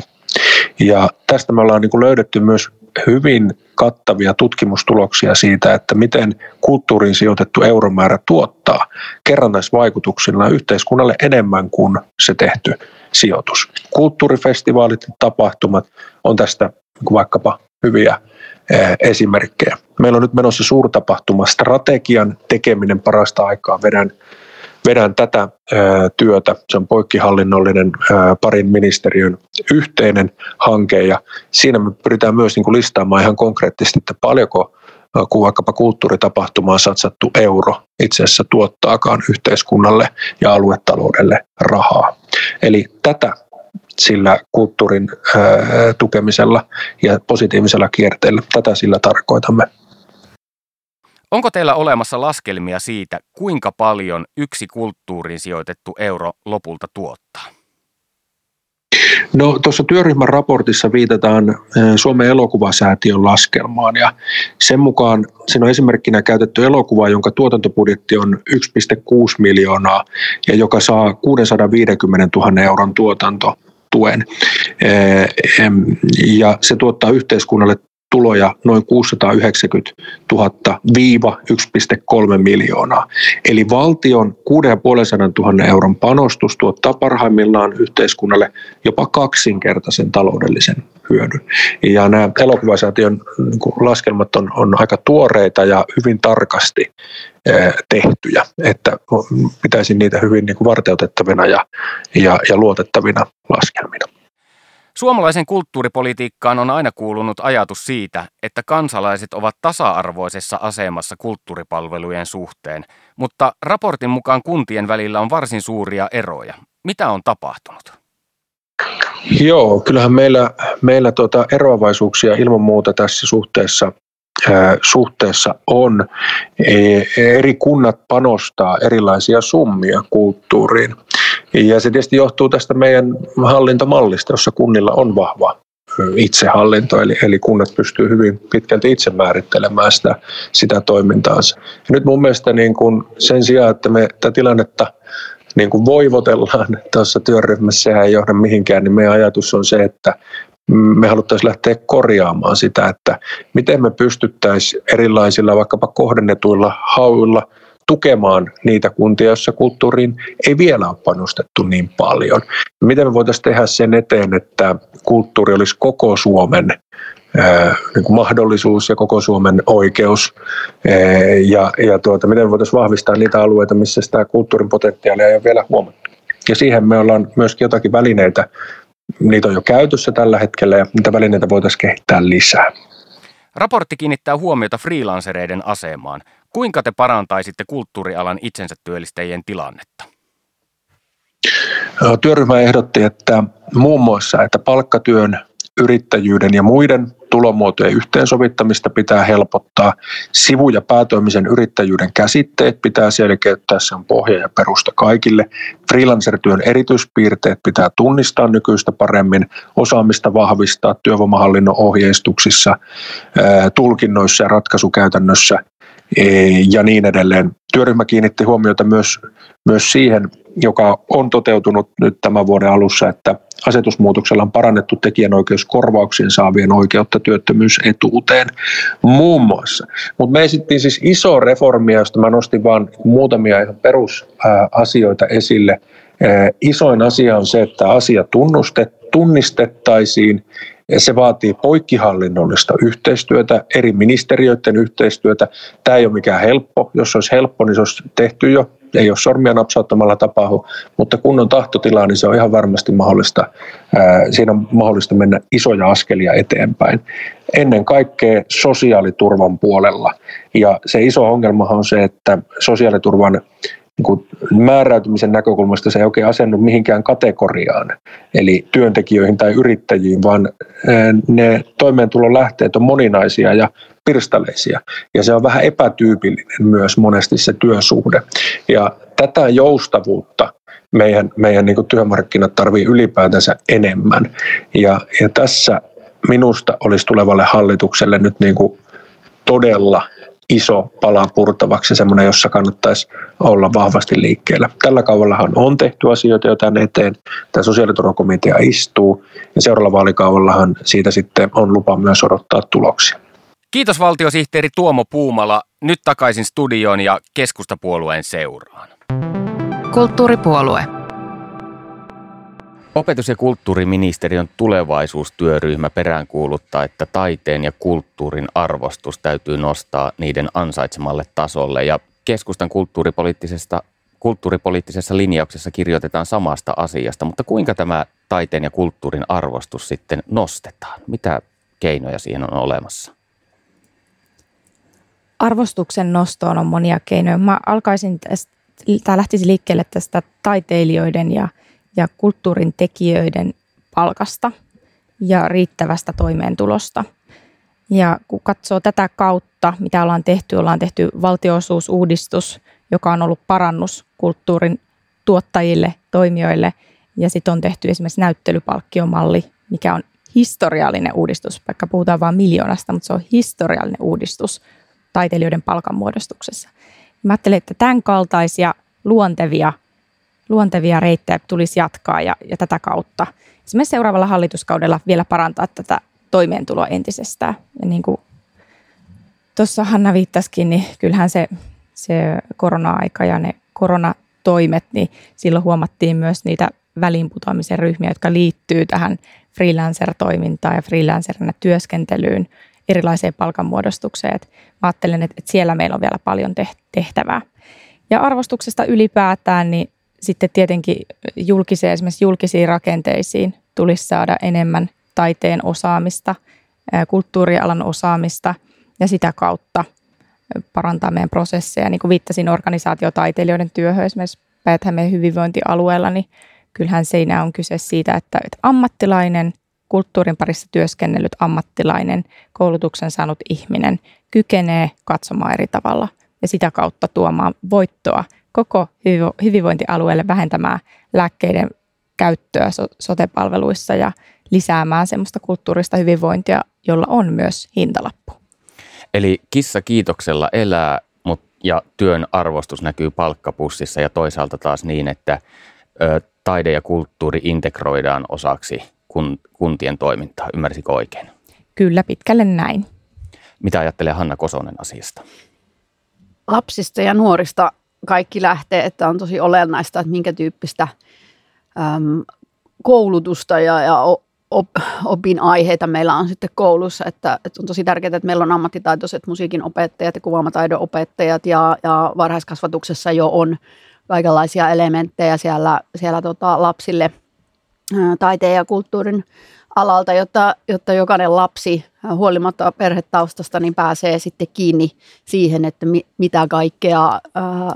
Ja tästä me ollaan niin kuin löydetty myös hyvin kattavia tutkimustuloksia siitä, että miten kulttuuriin sijoitettu euromäärä tuottaa kerrannaisvaikutuksilla yhteiskunnalle enemmän kuin se tehty sijoitus. Kulttuurifestivaalit ja tapahtumat on tästä niin kuin vaikkapa hyviä esimerkkejä. Meillä on nyt menossa suurtapahtumastrategian tekeminen parasta aikaa. Vedän, vedän tätä ö, työtä. Se on poikkihallinnollinen ö, parin ministeriön yhteinen hanke ja siinä me pyritään myös niin kuin listaamaan ihan konkreettisesti, että paljonko kun vaikkapa kulttuuritapahtumaan satsattu euro itse asiassa tuottaakaan yhteiskunnalle ja aluetaloudelle rahaa. Eli tätä sillä kulttuurin ää, tukemisella ja positiivisella kierteellä. Tätä sillä tarkoitamme. Onko teillä olemassa laskelmia siitä, kuinka paljon yksi kulttuuriin sijoitettu euro lopulta tuottaa? No tuossa työryhmän raportissa viitataan Suomen elokuvasäätiön laskelmaan ja sen mukaan siinä on esimerkkinä käytetty elokuva, jonka tuotantobudjetti on yksi pilkku kuusi miljoonaa ja joka saa kuusisataaviisikymmentätuhatta euron tuotanto tuen. Ja se tuottaa yhteiskunnalle tuloja noin kuusisataayhdeksänkymmentätuhatta yksi pilkku kolme miljoonaa. Eli valtion kuusituhattaviisisataa euron panostus tuottaa parhaimmillaan yhteiskunnalle jopa kaksinkertaisen taloudellisen hyödyn. Ja nämä elokuvasäätiön laskelmat on, on aika tuoreita ja hyvin tarkasti tehtyjä, että pitäisin niitä hyvin niin kuin varteutettavina ja, ja, ja luotettavina laskelmina. Suomalaisen kulttuuripolitiikkaan on aina kuulunut ajatus siitä, että kansalaiset ovat tasa-arvoisessa asemassa kulttuuripalvelujen suhteen, mutta raportin mukaan kuntien välillä on varsin suuria eroja. Mitä on tapahtunut? Joo, kyllähän meillä, meillä tuota eroavaisuuksia ilman muuta tässä suhteessa, ää, suhteessa on. E, eri kunnat panostaa erilaisia summia kulttuuriin. Ja se tietysti johtuu tästä meidän hallintomallista, jossa kunnilla on vahva itsehallinto, eli, eli kunnat pystyy hyvin pitkälti itse määrittelemään sitä, sitä toimintaansa. Ja nyt mun mielestä niin kun sen sijaan, että me tätä tilannetta niin kun voivotellaan tuossa työryhmässä ja ei johda mihinkään, niin meidän ajatus on se, että me haluttaisiin lähteä korjaamaan sitä, että miten me pystyttäisiin erilaisilla vaikkapa kohdennetuilla hauilla tukemaan niitä kuntia, joissa kulttuuriin ei vielä ole panostettu niin paljon. Miten me voitaisiin tehdä sen eteen, että kulttuuri olisi koko Suomen ää, niin kuin mahdollisuus ja koko Suomen oikeus, ää, ja, ja tuota, miten me voitaisiin vahvistaa niitä alueita, missä sitä kulttuurin potentiaalia ei ole vielä huomattu. Ja siihen me ollaan myöskin jotakin välineitä, niitä on jo käytössä tällä hetkellä, ja niitä välineitä voitaisiin kehittää lisää. Raportti kiinnittää huomiota freelancereiden asemaan. Kuinka te parantaisitte kulttuurialan itsensä työllistäjien tilannetta? Työryhmä ehdotti, että muun muassa, että palkkatyön, yrittäjyyden ja muiden tulomuotojen yhteensovittamista pitää helpottaa. Sivu- ja päätoimisen yrittäjyyden käsitteet pitää selkeyttää, se on pohja ja perusta kaikille. Freelancer-työn erityispiirteet pitää tunnistaa nykyistä paremmin, osaamista vahvistaa työvoimahallinnon ohjeistuksissa, tulkinnoissa ja ratkaisukäytännössä ja niin edelleen. Työryhmä kiinnitti huomiota myös, myös siihen, joka on toteutunut nyt tämän vuoden alussa, että asetusmuutoksella on parannettu tekijänoikeuskorvauksien saavien oikeutta työttömyysetuuteen muun muassa. Mutta me esittiin siis iso reformia, josta mä nostin vain muutamia ihan perusasioita esille. Isoin asia on se, että asia tunnistettaisiin. Se vaatii poikkihallinnollista yhteistyötä, eri ministeriöiden yhteistyötä. Tämä ei ole mikään helppo. Jos olisi helppo, niin se olisi tehty jo. Ei ole sormia napsauttamalla tapahdu, mutta kun on tahtotilaa, niin se on ihan varmasti mahdollista. Siinä on mahdollista mennä isoja askelia eteenpäin. Ennen kaikkea sosiaaliturvan puolella. Ja se iso ongelmahan on se, että sosiaaliturvan niin määräytymisen näkökulmasta se ei oikein asennu mihinkään kategoriaan, eli työntekijöihin tai yrittäjiin, vaan ne toimeentulon lähteet on moninaisia ja pirstaleisia, ja se on vähän epätyypillinen myös monesti se työsuhde. Ja tätä joustavuutta meidän, meidän niin kuin työmarkkinat tarvitsee ylipäätänsä enemmän, ja, ja tässä minusta olisi tulevalle hallitukselle nyt niin kuin todella iso pala purtavaksi ja semmoinen, jossa kannattaisi olla vahvasti liikkeellä. Tällä kaudellahan on tehty asioita jo tämän eteen. Tämä sosiaaliturvakomitea istuu ja seuraavalla vaalikaudellahan siitä sitten on lupa myös odottaa tuloksia. Kiitos valtiosihteeri Tuomo Puumala. Nyt takaisin studioon ja keskustapuolueen seuraan. Kulttuuripuolue. Opetus- ja kulttuuriministeriön tulevaisuustyöryhmä peräänkuuluttaa, että taiteen ja kulttuurin arvostus täytyy nostaa niiden ansaitsemalle tasolle. Ja keskustan kulttuuripoliittisesta, kulttuuripoliittisessa linjauksessa kirjoitetaan samasta asiasta, mutta kuinka tämä taiteen ja kulttuurin arvostus sitten nostetaan? Mitä keinoja siihen on olemassa? Arvostuksen nostoon on monia keinoja. Mä alkaisin tästä, tämä lähtisi liikkeelle tästä taiteilijoiden ja ja kulttuurin tekijöiden palkasta ja riittävästä toimeentulosta. Ja kun katsoo tätä kautta, mitä ollaan tehty, ollaan tehty valtionosuusuudistus, joka on ollut parannus kulttuurin tuottajille, toimijoille, ja sitten on tehty esimerkiksi näyttelypalkkiomalli, mikä on historiallinen uudistus, vaikka puhutaan vain miljoonasta, mutta se on historiallinen uudistus taiteilijoiden palkanmuodostuksessa. Mä ajattelen, että tämän kaltaisia luontevia luontevia reittejä tulisi jatkaa ja, ja tätä kautta esimerkiksi seuraavalla hallituskaudella vielä parantaa tätä toimeentuloa entisestään. Ja niin kuin tuossa Hanna viittasikin, niin kyllähän se, se korona-aika ja ne koronatoimet, niin silloin huomattiin myös niitä väliinputoamisen ryhmiä, jotka liittyy tähän freelancer-toimintaan ja freelancerina työskentelyyn, erilaiseen palkanmuodostukseen. Et mä ajattelen, että, että siellä meillä on vielä paljon tehtävää. Ja arvostuksesta ylipäätään, niin sitten tietenkin julkiseen, esimerkiksi julkisiin rakenteisiin tulisi saada enemmän taiteen osaamista, kulttuurialan osaamista ja sitä kautta parantaa meidän prosesseja. Niin kuin viittasin organisaatiotaiteilijoiden työhön esimerkiksi Päijät-Hämeen hyvinvointialueella, niin kyllähän siinä on kyse siitä, että ammattilainen, kulttuurin parissa työskennellyt ammattilainen, koulutuksen saanut ihminen kykenee katsomaan eri tavalla ja sitä kautta tuomaan voittoa koko hyvinvointialueelle, vähentämään lääkkeiden käyttöä sote-palveluissa ja lisäämään semmoista kulttuurista hyvinvointia, jolla on myös hintalappu. Eli kissa kiitoksella elää ja työn arvostus näkyy palkkapussissa ja toisaalta taas niin, että ö, taide ja kulttuuri integroidaan osaksi kun, kuntien toimintaa. Ymmärsikö oikein? Kyllä, pitkälle näin. Mitä ajattelee Hanna Kosonen asiasta? Lapsista ja nuorista kaikki lähtee, että on tosi olennaista, että minkä tyyppistä äm, koulutusta ja, ja op, opinaiheita meillä on sitten koulussa. Että, että on tosi tärkeää, että meillä on ammattitaitoiset musiikin opettajat ja kuvaamataidon opettajat ja, ja varhaiskasvatuksessa jo on kaikenlaisia elementtejä siellä, siellä tota lapsille ää, taiteen ja kulttuurin alalta, jotta, jotta jokainen lapsi huolimatta perhetaustasta niin pääsee sitten kiinni siihen, että mi, mitä kaikkea ää,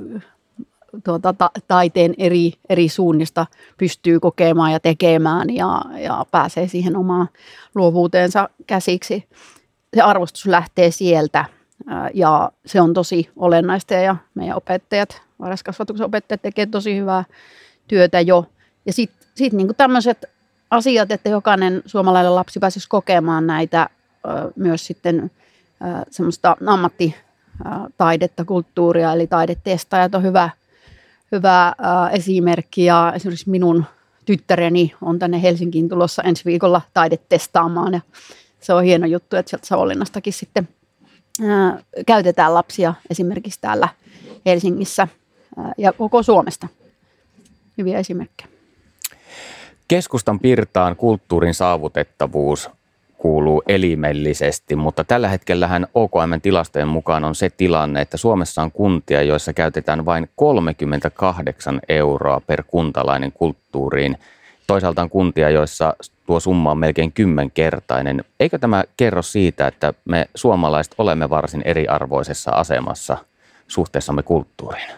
tuota, ta, taiteen eri, eri suunnista pystyy kokemaan ja tekemään ja, ja pääsee siihen omaan luovuuteensa käsiksi. Se arvostus lähtee sieltä ää, ja se on tosi olennaista ja meidän opettajat, varhaiskasvatuksen opettajat tekee tosi hyvää työtä jo. Ja sitten sit niinku tämmöiset asiat, että jokainen suomalainen lapsi pääsisi kokemaan näitä ö, myös sitten ö, semmoista ammattitaidetta, kulttuuria, eli taidetestajat on hyvä, hyvä ö, esimerkki. Ja esimerkiksi minun tyttäreni on tänne Helsinkiin tulossa ensi viikolla taidetestaamaan ja se on hieno juttu, että sieltä Savonlinnastakin sitten ö, käytetään lapsia esimerkiksi täällä Helsingissä ö, ja koko Suomesta. Hyviä esimerkkejä. Keskustan pirtaan kulttuurin saavutettavuus kuuluu elimellisesti, mutta tällä hetkellähän O K M:n tilastojen mukaan on se tilanne, että Suomessa on kuntia, joissa käytetään vain kolmekymmentäkahdeksan euroa per kuntalainen kulttuuriin. Toisaalta on kuntia, joissa tuo summa on melkein kymmenkertainen. Eikö tämä kerro siitä, että me suomalaiset olemme varsin eriarvoisessa asemassa suhteessamme kulttuuriin?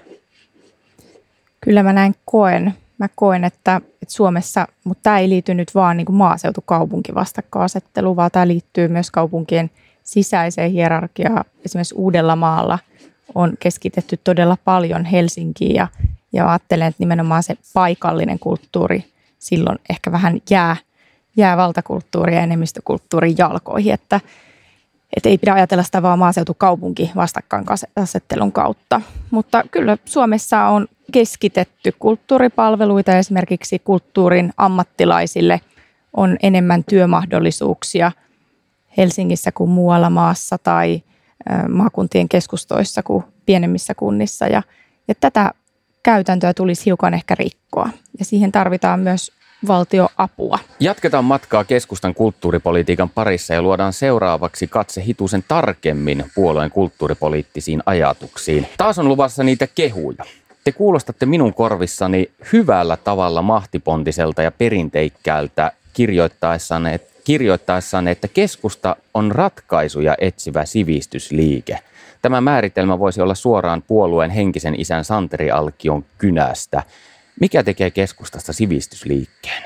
Kyllä mä näin koen. Mä koen, että, että Suomessa, mutta tämä ei liity nyt vaan niin kuin maaseutukaupunki-vastakkainasetteluun, vaan tämä liittyy myös kaupunkien sisäiseen hierarkiaan. Esimerkiksi Uudellamaalla on keskitetty todella paljon Helsinkiin ja, ja ajattelen, että nimenomaan se paikallinen kulttuuri silloin ehkä vähän jää, jää valtakulttuuri- ja enemmistökulttuurin jalkoihin, että, että ei pidä ajatella sitä vaan maaseutukaupunki-vastakkainasettelun kautta. Mutta kyllä Suomessa on keskitetty kulttuuripalveluita, esimerkiksi kulttuurin ammattilaisille on enemmän työmahdollisuuksia Helsingissä kuin muualla maassa tai maakuntien keskustoissa kuin pienemmissä kunnissa. Ja, ja tätä käytäntöä tulisi hiukan ehkä rikkoa ja siihen tarvitaan myös valtioapua. Jatketaan matkaa keskustan kulttuuripolitiikan parissa ja luodaan seuraavaksi katse hitusen tarkemmin puolueen kulttuuripoliittisiin ajatuksiin. Taas on luvassa niitä kehuja. Te kuulostatte minun korvissani hyvällä tavalla mahtipontiselta ja perinteikkäältä kirjoittaessanne, kirjoittaessanne, että keskusta on ratkaisuja etsivä sivistysliike. Tämä määritelmä voisi olla suoraan puolueen henkisen isän Santeri Alkion kynästä. Mikä tekee keskustasta sivistysliikkeen?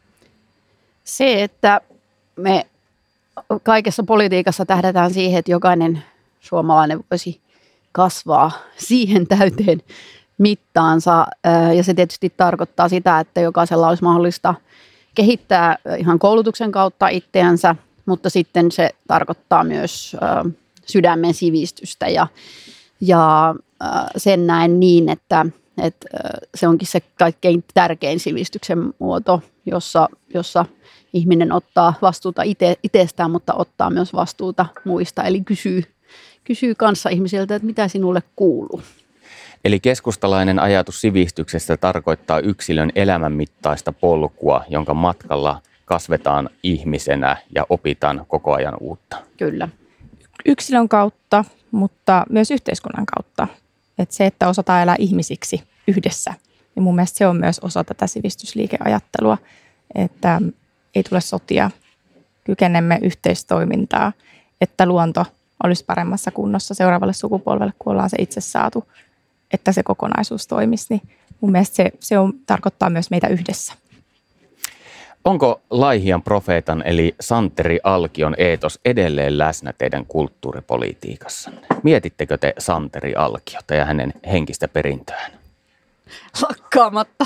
Se, että me kaikessa politiikassa tähdätään siihen, että jokainen suomalainen voisi kasvaa siihen täyteen mittaansa. Ja se tietysti tarkoittaa sitä, että jokaisella olisi mahdollista kehittää ihan koulutuksen kautta itseänsä, mutta sitten se tarkoittaa myös sydämen sivistystä ja, ja sen näen niin, että, et se onkin se kaikkein tärkein sivistyksen muoto, jossa, jossa ihminen ottaa vastuuta ite, itsestään, mutta ottaa myös vastuuta muista. Eli kysyy, kysyy kanssa ihmisiltä, että mitä sinulle kuuluu. Eli keskustalainen ajatus sivistyksestä tarkoittaa yksilön elämänmittaista polkua, jonka matkalla kasvetaan ihmisenä ja opitaan koko ajan uutta. Kyllä. Yksilön kautta, mutta myös yhteiskunnan kautta. Että se, että osataan elää ihmisiksi yhdessä, niin mun mielestä se on myös osa tätä sivistysliikeajattelua, että ei tule sotia, kykenemme yhteistoimintaa, että luonto olisi paremmassa kunnossa seuraavalle sukupolvelle, kun ollaan se itse saatu, että se kokonaisuus toimisi. Niin mun mielestä se, se on, tarkoittaa myös meitä yhdessä. Onko Laihian profeetan eli Santeri Alkion eetos edelleen läsnä teidän kulttuuripolitiikassanne? Mietittekö te Santeri Alkiota ja hänen henkistä perintöään? Lakkaamatta.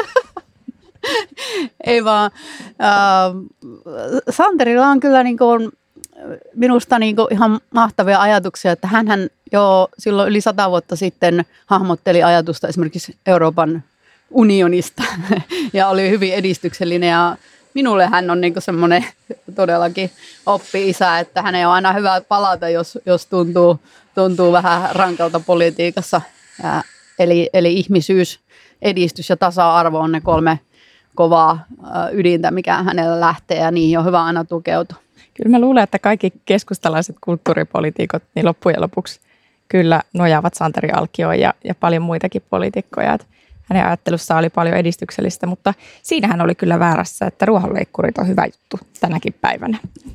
Ei vaan. Äh, Santerilla on kyllä niin kuin, minusta niin kuin ihan mahtavia ajatuksia, että hänhän jo silloin yli sata vuotta sitten hahmotteli ajatusta esimerkiksi Euroopan unionista ja oli hyvin edistyksellinen ja minulle hän on niinku semmoinen todellakin oppi-isä, että hänen on aina hyvä palata, jos, jos tuntuu, tuntuu vähän rankalta politiikassa. Ja, eli, eli ihmisyys, edistys ja tasa-arvo on ne kolme kovaa ydintä, mikä hänellä lähtee ja niihin on hyvä aina tukeutua. Kyllä mä luulen, että kaikki keskustalaiset kulttuuripoliitikot niin loppujen lopuksi kyllä nojaavat Santeri Alkioon ja, ja paljon muitakin poliitikkoja. Hänen ajattelussaan oli paljon edistyksellistä, mutta siinähän oli kyllä väärässä, että ruohonleikkurit on hyvä juttu tänäkin päivänä.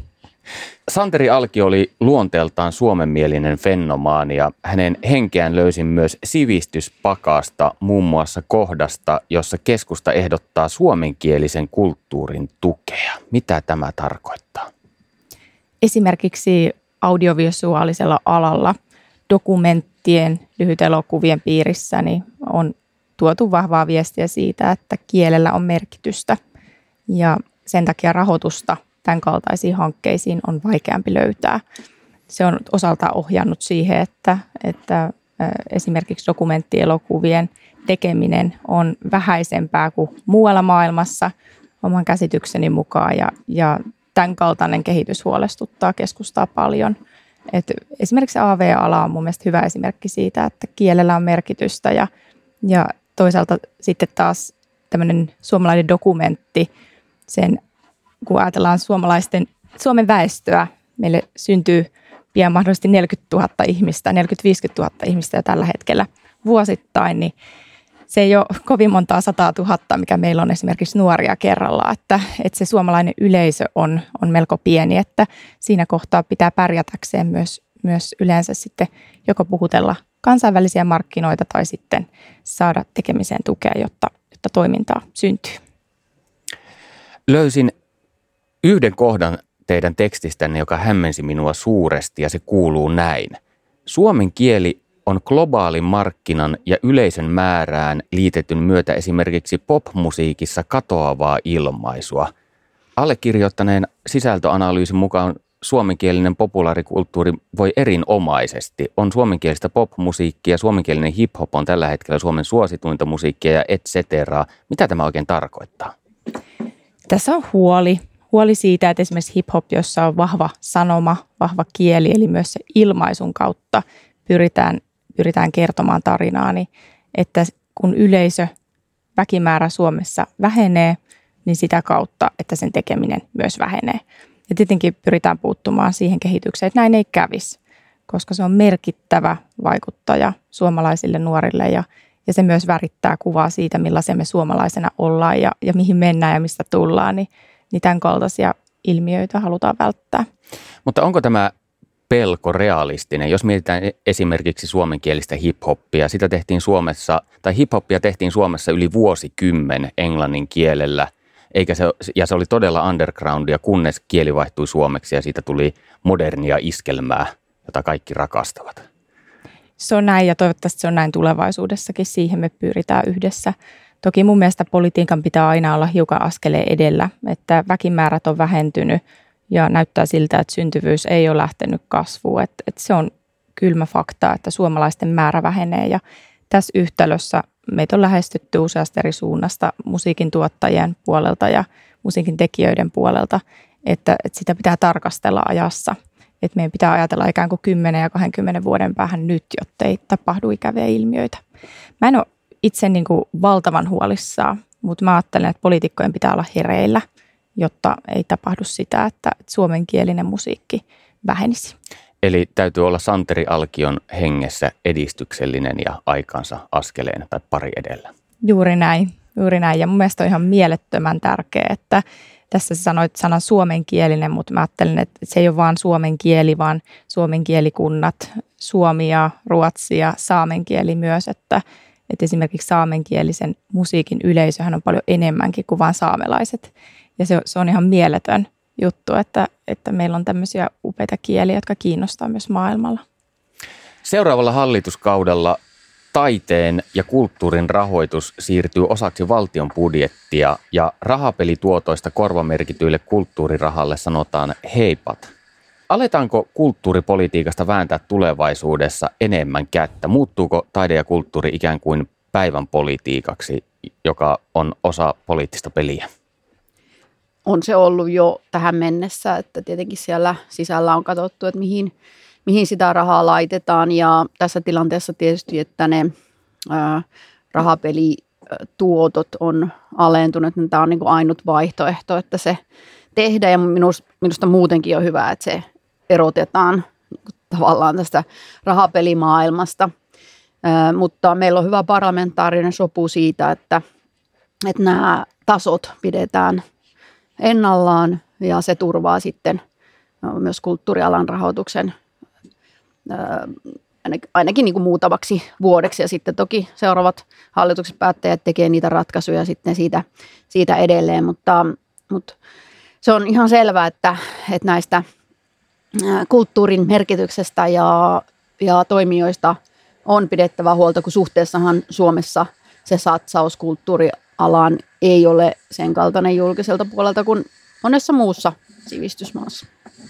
Santeri Alkio oli luonteeltaan suomenmielinen fenomaani ja hänen henkeään löysin myös sivistyspakasta, muun muassa kohdasta, jossa keskusta ehdottaa suomenkielisen kulttuurin tukea. Mitä tämä tarkoittaa? Esimerkiksi audiovisuaalisella alalla dokumenttien, lyhytelokuvien piirissä niin on tuotu vahvaa viestiä siitä, että kielellä on merkitystä ja sen takia rahoitusta tämän kaltaisiin hankkeisiin on vaikeampi löytää. Se on osaltaan ohjannut siihen, että, että esimerkiksi dokumenttielokuvien tekeminen on vähäisempää kuin muualla maailmassa oman käsitykseni mukaan ja, ja tämän kaltainen kehitys huolestuttaa keskustaa paljon. Et esimerkiksi A V-ala on mun mielestä hyvä esimerkki siitä, että kielellä on merkitystä ja, ja toisaalta sitten taas tämmöinen suomalainen dokumentti, sen, kun ajatellaan suomalaisten, Suomen väestöä, meille syntyy pian mahdollisesti neljäkymmentätuhatta ihmistä, neljäkymmentä viisikymmentätuhatta ihmistä jo tällä hetkellä vuosittain, niin se ei ole kovin montaa sataa tuhatta, mikä meillä on esimerkiksi nuoria kerrallaan, että, että se suomalainen yleisö on, on melko pieni, että siinä kohtaa pitää pärjätäkseen myös, myös yleensä sitten joko puhutella kansainvälisiä markkinoita tai sitten saada tekemiseen tukea, jotta, jotta toimintaa syntyy. Löysin yhden kohdan teidän tekstistänne, joka hämmensi minua suuresti ja se kuuluu näin. Suomen kieli on globaalin markkinan ja yleisön määrään liitetyn myötä esimerkiksi popmusiikissa katoavaa ilmaisua. Allekirjoittaneen sisältöanalyysin mukaan suomenkielinen populaarikulttuuri voi erinomaisesti. On suomenkielistä popmusiikkia, suomenkielinen hip-hop on tällä hetkellä Suomen suosituinta musiikkia ja et cetera. Mitä tämä oikein tarkoittaa? Tässä on huoli. Huoli siitä, että esimerkiksi hip-hop, jossa on vahva sanoma, vahva kieli, eli myös se ilmaisun kautta pyritään, pyritään kertomaan tarinaa, niin että kun yleisö, väkimäärä Suomessa vähenee, niin sitä kautta, että sen tekeminen myös vähenee. Ja tietenkin pyritään puuttumaan siihen kehitykseen, että näin ei kävisi, koska se on merkittävä vaikuttaja suomalaisille nuorille ja, ja se myös värittää kuvaa siitä, millaisia me suomalaisena ollaan ja, ja mihin mennään ja mistä tullaan, niin, niin tämän kaltaisia ilmiöitä halutaan välttää. Mutta onko tämä pelko realistinen? Jos mietitään esimerkiksi suomenkielistä hip-hoppia, sitä tehtiin Suomessa, tai hip-hoppia tehtiin Suomessa yli vuosikymmen englannin kielellä, eikä se, ja se oli todella undergroundia, kunnes kieli vaihtui suomeksi ja siitä tuli modernia iskelmää, jota kaikki rakastavat. Se on näin ja toivottavasti se on näin tulevaisuudessakin. Siihen me pyritään yhdessä. Toki mun mielestä politiikan pitää aina olla hiukan askeleen edellä, että väkimäärät on vähentynyt ja näyttää siltä, että syntyvyys ei ole lähtenyt kasvuun. Että, että se on kylmä fakta, että suomalaisten määrä vähenee ja tässä yhtälössä meitä on lähestytty useasta eri suunnasta musiikin tuottajien puolelta ja musiikin tekijöiden puolelta, että, että sitä pitää tarkastella ajassa. Että meidän pitää ajatella ikään kuin kymmenen ja kahdenkymmenen vuoden päähän nyt, jotta ei tapahdu ikäviä ilmiöitä. Mä en ole itse niin kuin valtavan huolissaan, mutta mä ajattelen, että poliitikkojen pitää olla hereillä, jotta ei tapahdu sitä, että suomenkielinen musiikki vähenisi. Eli täytyy olla Santeri Alkion hengessä edistyksellinen ja aikansa askeleen tai pari edellä. Juuri näin, juuri näin. Ja mun mielestä on ihan mielettömän tärkeää, että tässä sanoit sanan suomenkielinen, mutta mä ajattelen, että se ei ole vaan suomen kieli, vaan suomen kielikunnat, suomi ja ruotsi ja saamen kieli myös, että, että esimerkiksi saamenkielisen musiikin yleisöhän on paljon enemmänkin kuin vain saamelaiset. Ja se, se on ihan mieletön juttu, että, että meillä on tämmöisiä upeita kieliä, jotka kiinnostaa myös maailmalla. Seuraavalla hallituskaudella taiteen ja kulttuurin rahoitus siirtyy osaksi valtion budjettia ja rahapelituotoista korvamerkityille kulttuurirahalle sanotaan heipat. Aletaanko kulttuuripolitiikasta vääntää tulevaisuudessa enemmän kättä? Muuttuuko taide ja kulttuuri ikään kuin päivän politiikaksi, joka on osa poliittista peliä? On se ollut jo tähän mennessä, että tietenkin siellä sisällä on katsottu, että mihin, mihin sitä rahaa laitetaan ja tässä tilanteessa tietysti, että ne ää, rahapelituotot on alentunut, niin tämä on niin kuin ainut vaihtoehto, että se tehdään ja minusta, minusta muutenkin on hyvä, että se erotetaan niin kuin tavallaan tästä rahapelimaailmasta, ää, mutta meillä on hyvä parlamentaarinen sopu siitä, että, että nämä tasot pidetään ennallaan ja se turvaa sitten myös kulttuurialan rahoituksen ainakin niin kuin muutamaksi vuodeksi ja sitten toki seuraavat hallituksen päättäjät tekee niitä ratkaisuja sitten siitä, siitä edelleen, mutta, mutta se on ihan selvää, että, että näistä kulttuurin merkityksestä ja, ja toimijoista on pidettävä huolta, kun suhteessahan Suomessa se satsaus kulttuurialaan ei ole sen kaltainen julkiselta puolelta kuin monessa muussa sivistysmaassa.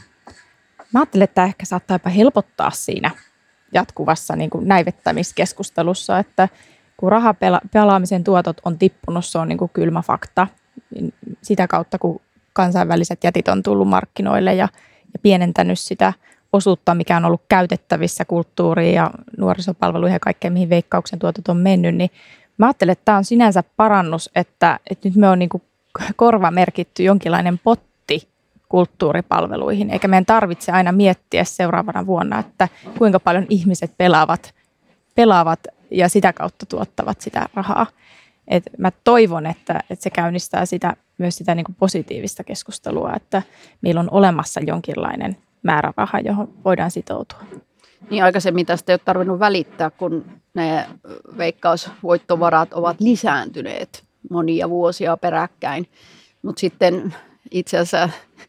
Mä ajattelen, että tämä ehkä saattaa jopa helpottaa siinä jatkuvassa niin kuin näivettämiskeskustelussa, että kun rahapelaamisen tuotot on tippunut, se on niin kuin kylmä fakta. Sitä kautta, kun kansainväliset jätit on tullut markkinoille ja, ja pienentänyt sitä osuutta, mikä on ollut käytettävissä kulttuuriin ja nuorisopalveluihin ja kaikkeen, mihin Veikkauksen tuotot on mennyt, niin mä ajattelen, että tämä on sinänsä parannus, että, että nyt me on niin kuin korvamerkitty jonkinlainen potti kulttuuripalveluihin, eikä meidän tarvitse aina miettiä seuraavana vuonna, että kuinka paljon ihmiset pelaavat, pelaavat ja sitä kautta tuottavat sitä rahaa. Et mä toivon, että, että se käynnistää sitä, myös sitä niin kuin positiivista keskustelua, että meillä on olemassa jonkinlainen määräraha, johon voidaan sitoutua. Niin aikaisemmin tästä ei ole tarvinnut välittää, kun ne veikkausvoittovarat ovat lisääntyneet monia vuosia peräkkäin. Mutta sitten itse asiassa,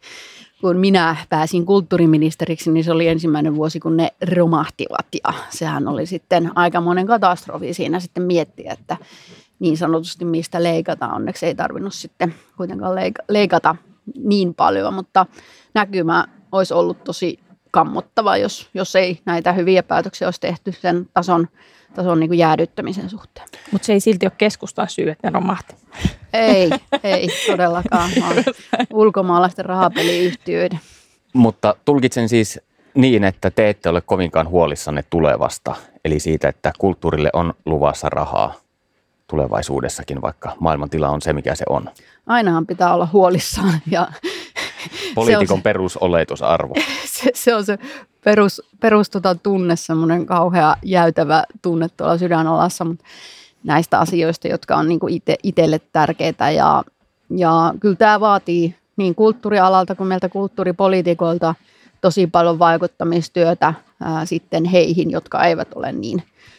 kun minä pääsin kulttuuriministeriksi, niin se oli ensimmäinen vuosi, kun ne romahtivat. Ja sehän oli sitten aikamoinen katastrofi siinä sitten miettiä, että niin sanotusti mistä leikataan. Onneksi ei tarvinnut sitten kuitenkaan leikata niin paljon, mutta näkymä olisi ollut tosi kammottava, jos, jos ei näitä hyviä päätöksiä olisi tehty sen tason, tason niin kuin jäädyttämisen suhteen. Mutta se ei silti ole keskustan syy, että ne romahti. Ei, ei todellakaan. Ulkomaalaisten rahapeliyhtiöiden. Mutta tulkitsen siis niin, että te ette ole kovinkaan huolissanne tulevasta, eli siitä, että kulttuurille on luvassa rahaa tulevaisuudessakin, vaikka maailmantila on se, mikä se on. Ainahan pitää olla huolissaan. Ja poliitikon se perusoletusarvo. Se, se on se perus, perus tota tunne, semmoinen kauhea jäytävä tunne tuolla sydänalassa, mutta näistä asioista, jotka on niinku ite, itselle tärkeitä. Ja, ja kyllä tämä vaatii niin kulttuurialalta kuin meiltä kulttuuripoliitikoilta tosi paljon vaikuttamistyötä ää, sitten heihin, jotka eivät ole niin,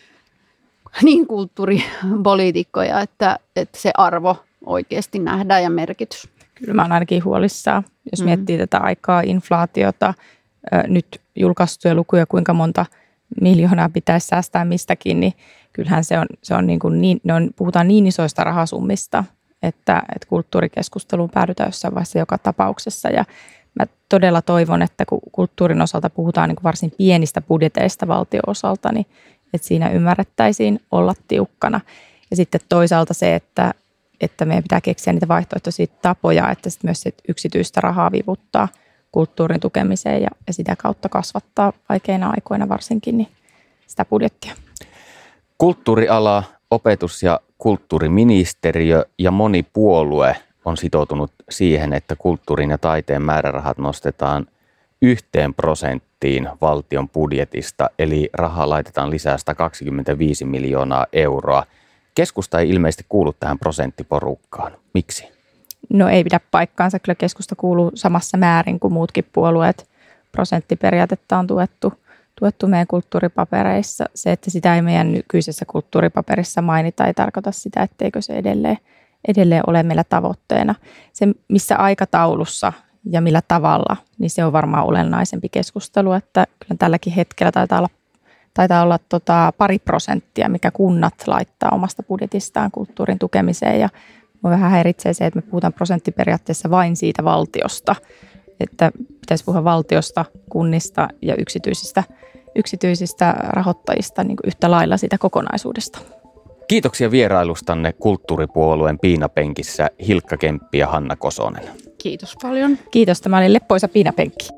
niin kulttuuripoliitikkoja, että, että se arvo oikeasti nähdään ja merkitys. Kyllä mä oon ainakin huolissaan, jos mm. miettii tätä aikaa, inflaatiota, nyt julkaistuja lukuja, kuinka monta miljoonaa pitäisi säästää mistäkin, niin kyllähän se on, se on niin kuin niin, ne on, puhutaan niin isoista rahasummista, että, että kulttuurikeskusteluun päädytään jossain vaiheessa joka tapauksessa. Ja mä todella toivon, että kun kulttuurin osalta puhutaan niin kuin varsin pienistä budjeteista valtion osalta, niin että siinä ymmärrettäisiin olla tiukkana. Ja sitten toisaalta se, että, että meidän pitää keksiä niitä vaihtoehtoisia tapoja, että sitten myös sit yksityistä rahaa vivuttaa kulttuurin tukemiseen ja, ja sitä kautta kasvattaa vaikeina aikoina varsinkin niin sitä budjettia. Kulttuuriala, opetus- ja kulttuuriministeriö ja moni puolue on sitoutunut siihen, että kulttuurin ja taiteen määrärahat nostetaan yhteen prosenttiin valtion budjetista, eli rahaa laitetaan lisää sata kaksikymmentäviisi miljoonaa euroa. Keskusta ei ilmeisesti kuulu tähän prosenttiporukkaan. Miksi? No ei pidä paikkaansa. Kyllä keskusta kuuluu samassa määrin kuin muutkin puolueet. Prosenttiperiaatetta on tuettu, tuettu meidän kulttuuripapereissa. Se, että sitä ei meidän nykyisessä kulttuuripaperissa mainita, ei tarkoita sitä, etteikö se edelleen, edelleen ole meillä tavoitteena. Se, missä aikataulussa ja millä tavalla, niin se on varmaan olennaisempi keskustelu, että kyllä tälläkin hetkellä taitaa olla, taitaa olla tota pari prosenttia, mikä kunnat laittaa omasta budjetistaan kulttuurin tukemiseen, ja minua vähän häiritsee se, että me puhutaan prosenttiperiaatteessa vain siitä valtiosta, että pitäisi puhua valtiosta, kunnista ja yksityisistä, yksityisistä rahoittajista niin kuin yhtä lailla siitä kokonaisuudesta. Kiitoksia vierailustanne kulttuuripuolueen piinapenkissä Hilkka Kemppi ja Hanna Kosonen. Kiitos paljon. Kiitos, tämä oli leppoisa piinapenkki.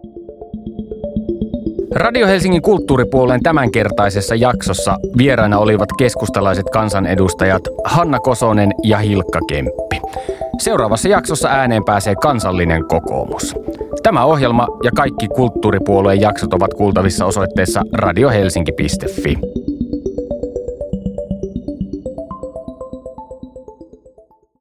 Radio Helsingin kulttuuripuolueen tämänkertaisessa jaksossa vieraina olivat keskustalaiset kansanedustajat Hanna Kosonen ja Hilkka Kemppi. Seuraavassa jaksossa ääneen pääsee Kansallinen Kokoomus. Tämä ohjelma ja kaikki kulttuuripuolueen jaksot ovat kuultavissa osoitteessa radiohelsinki piste fi.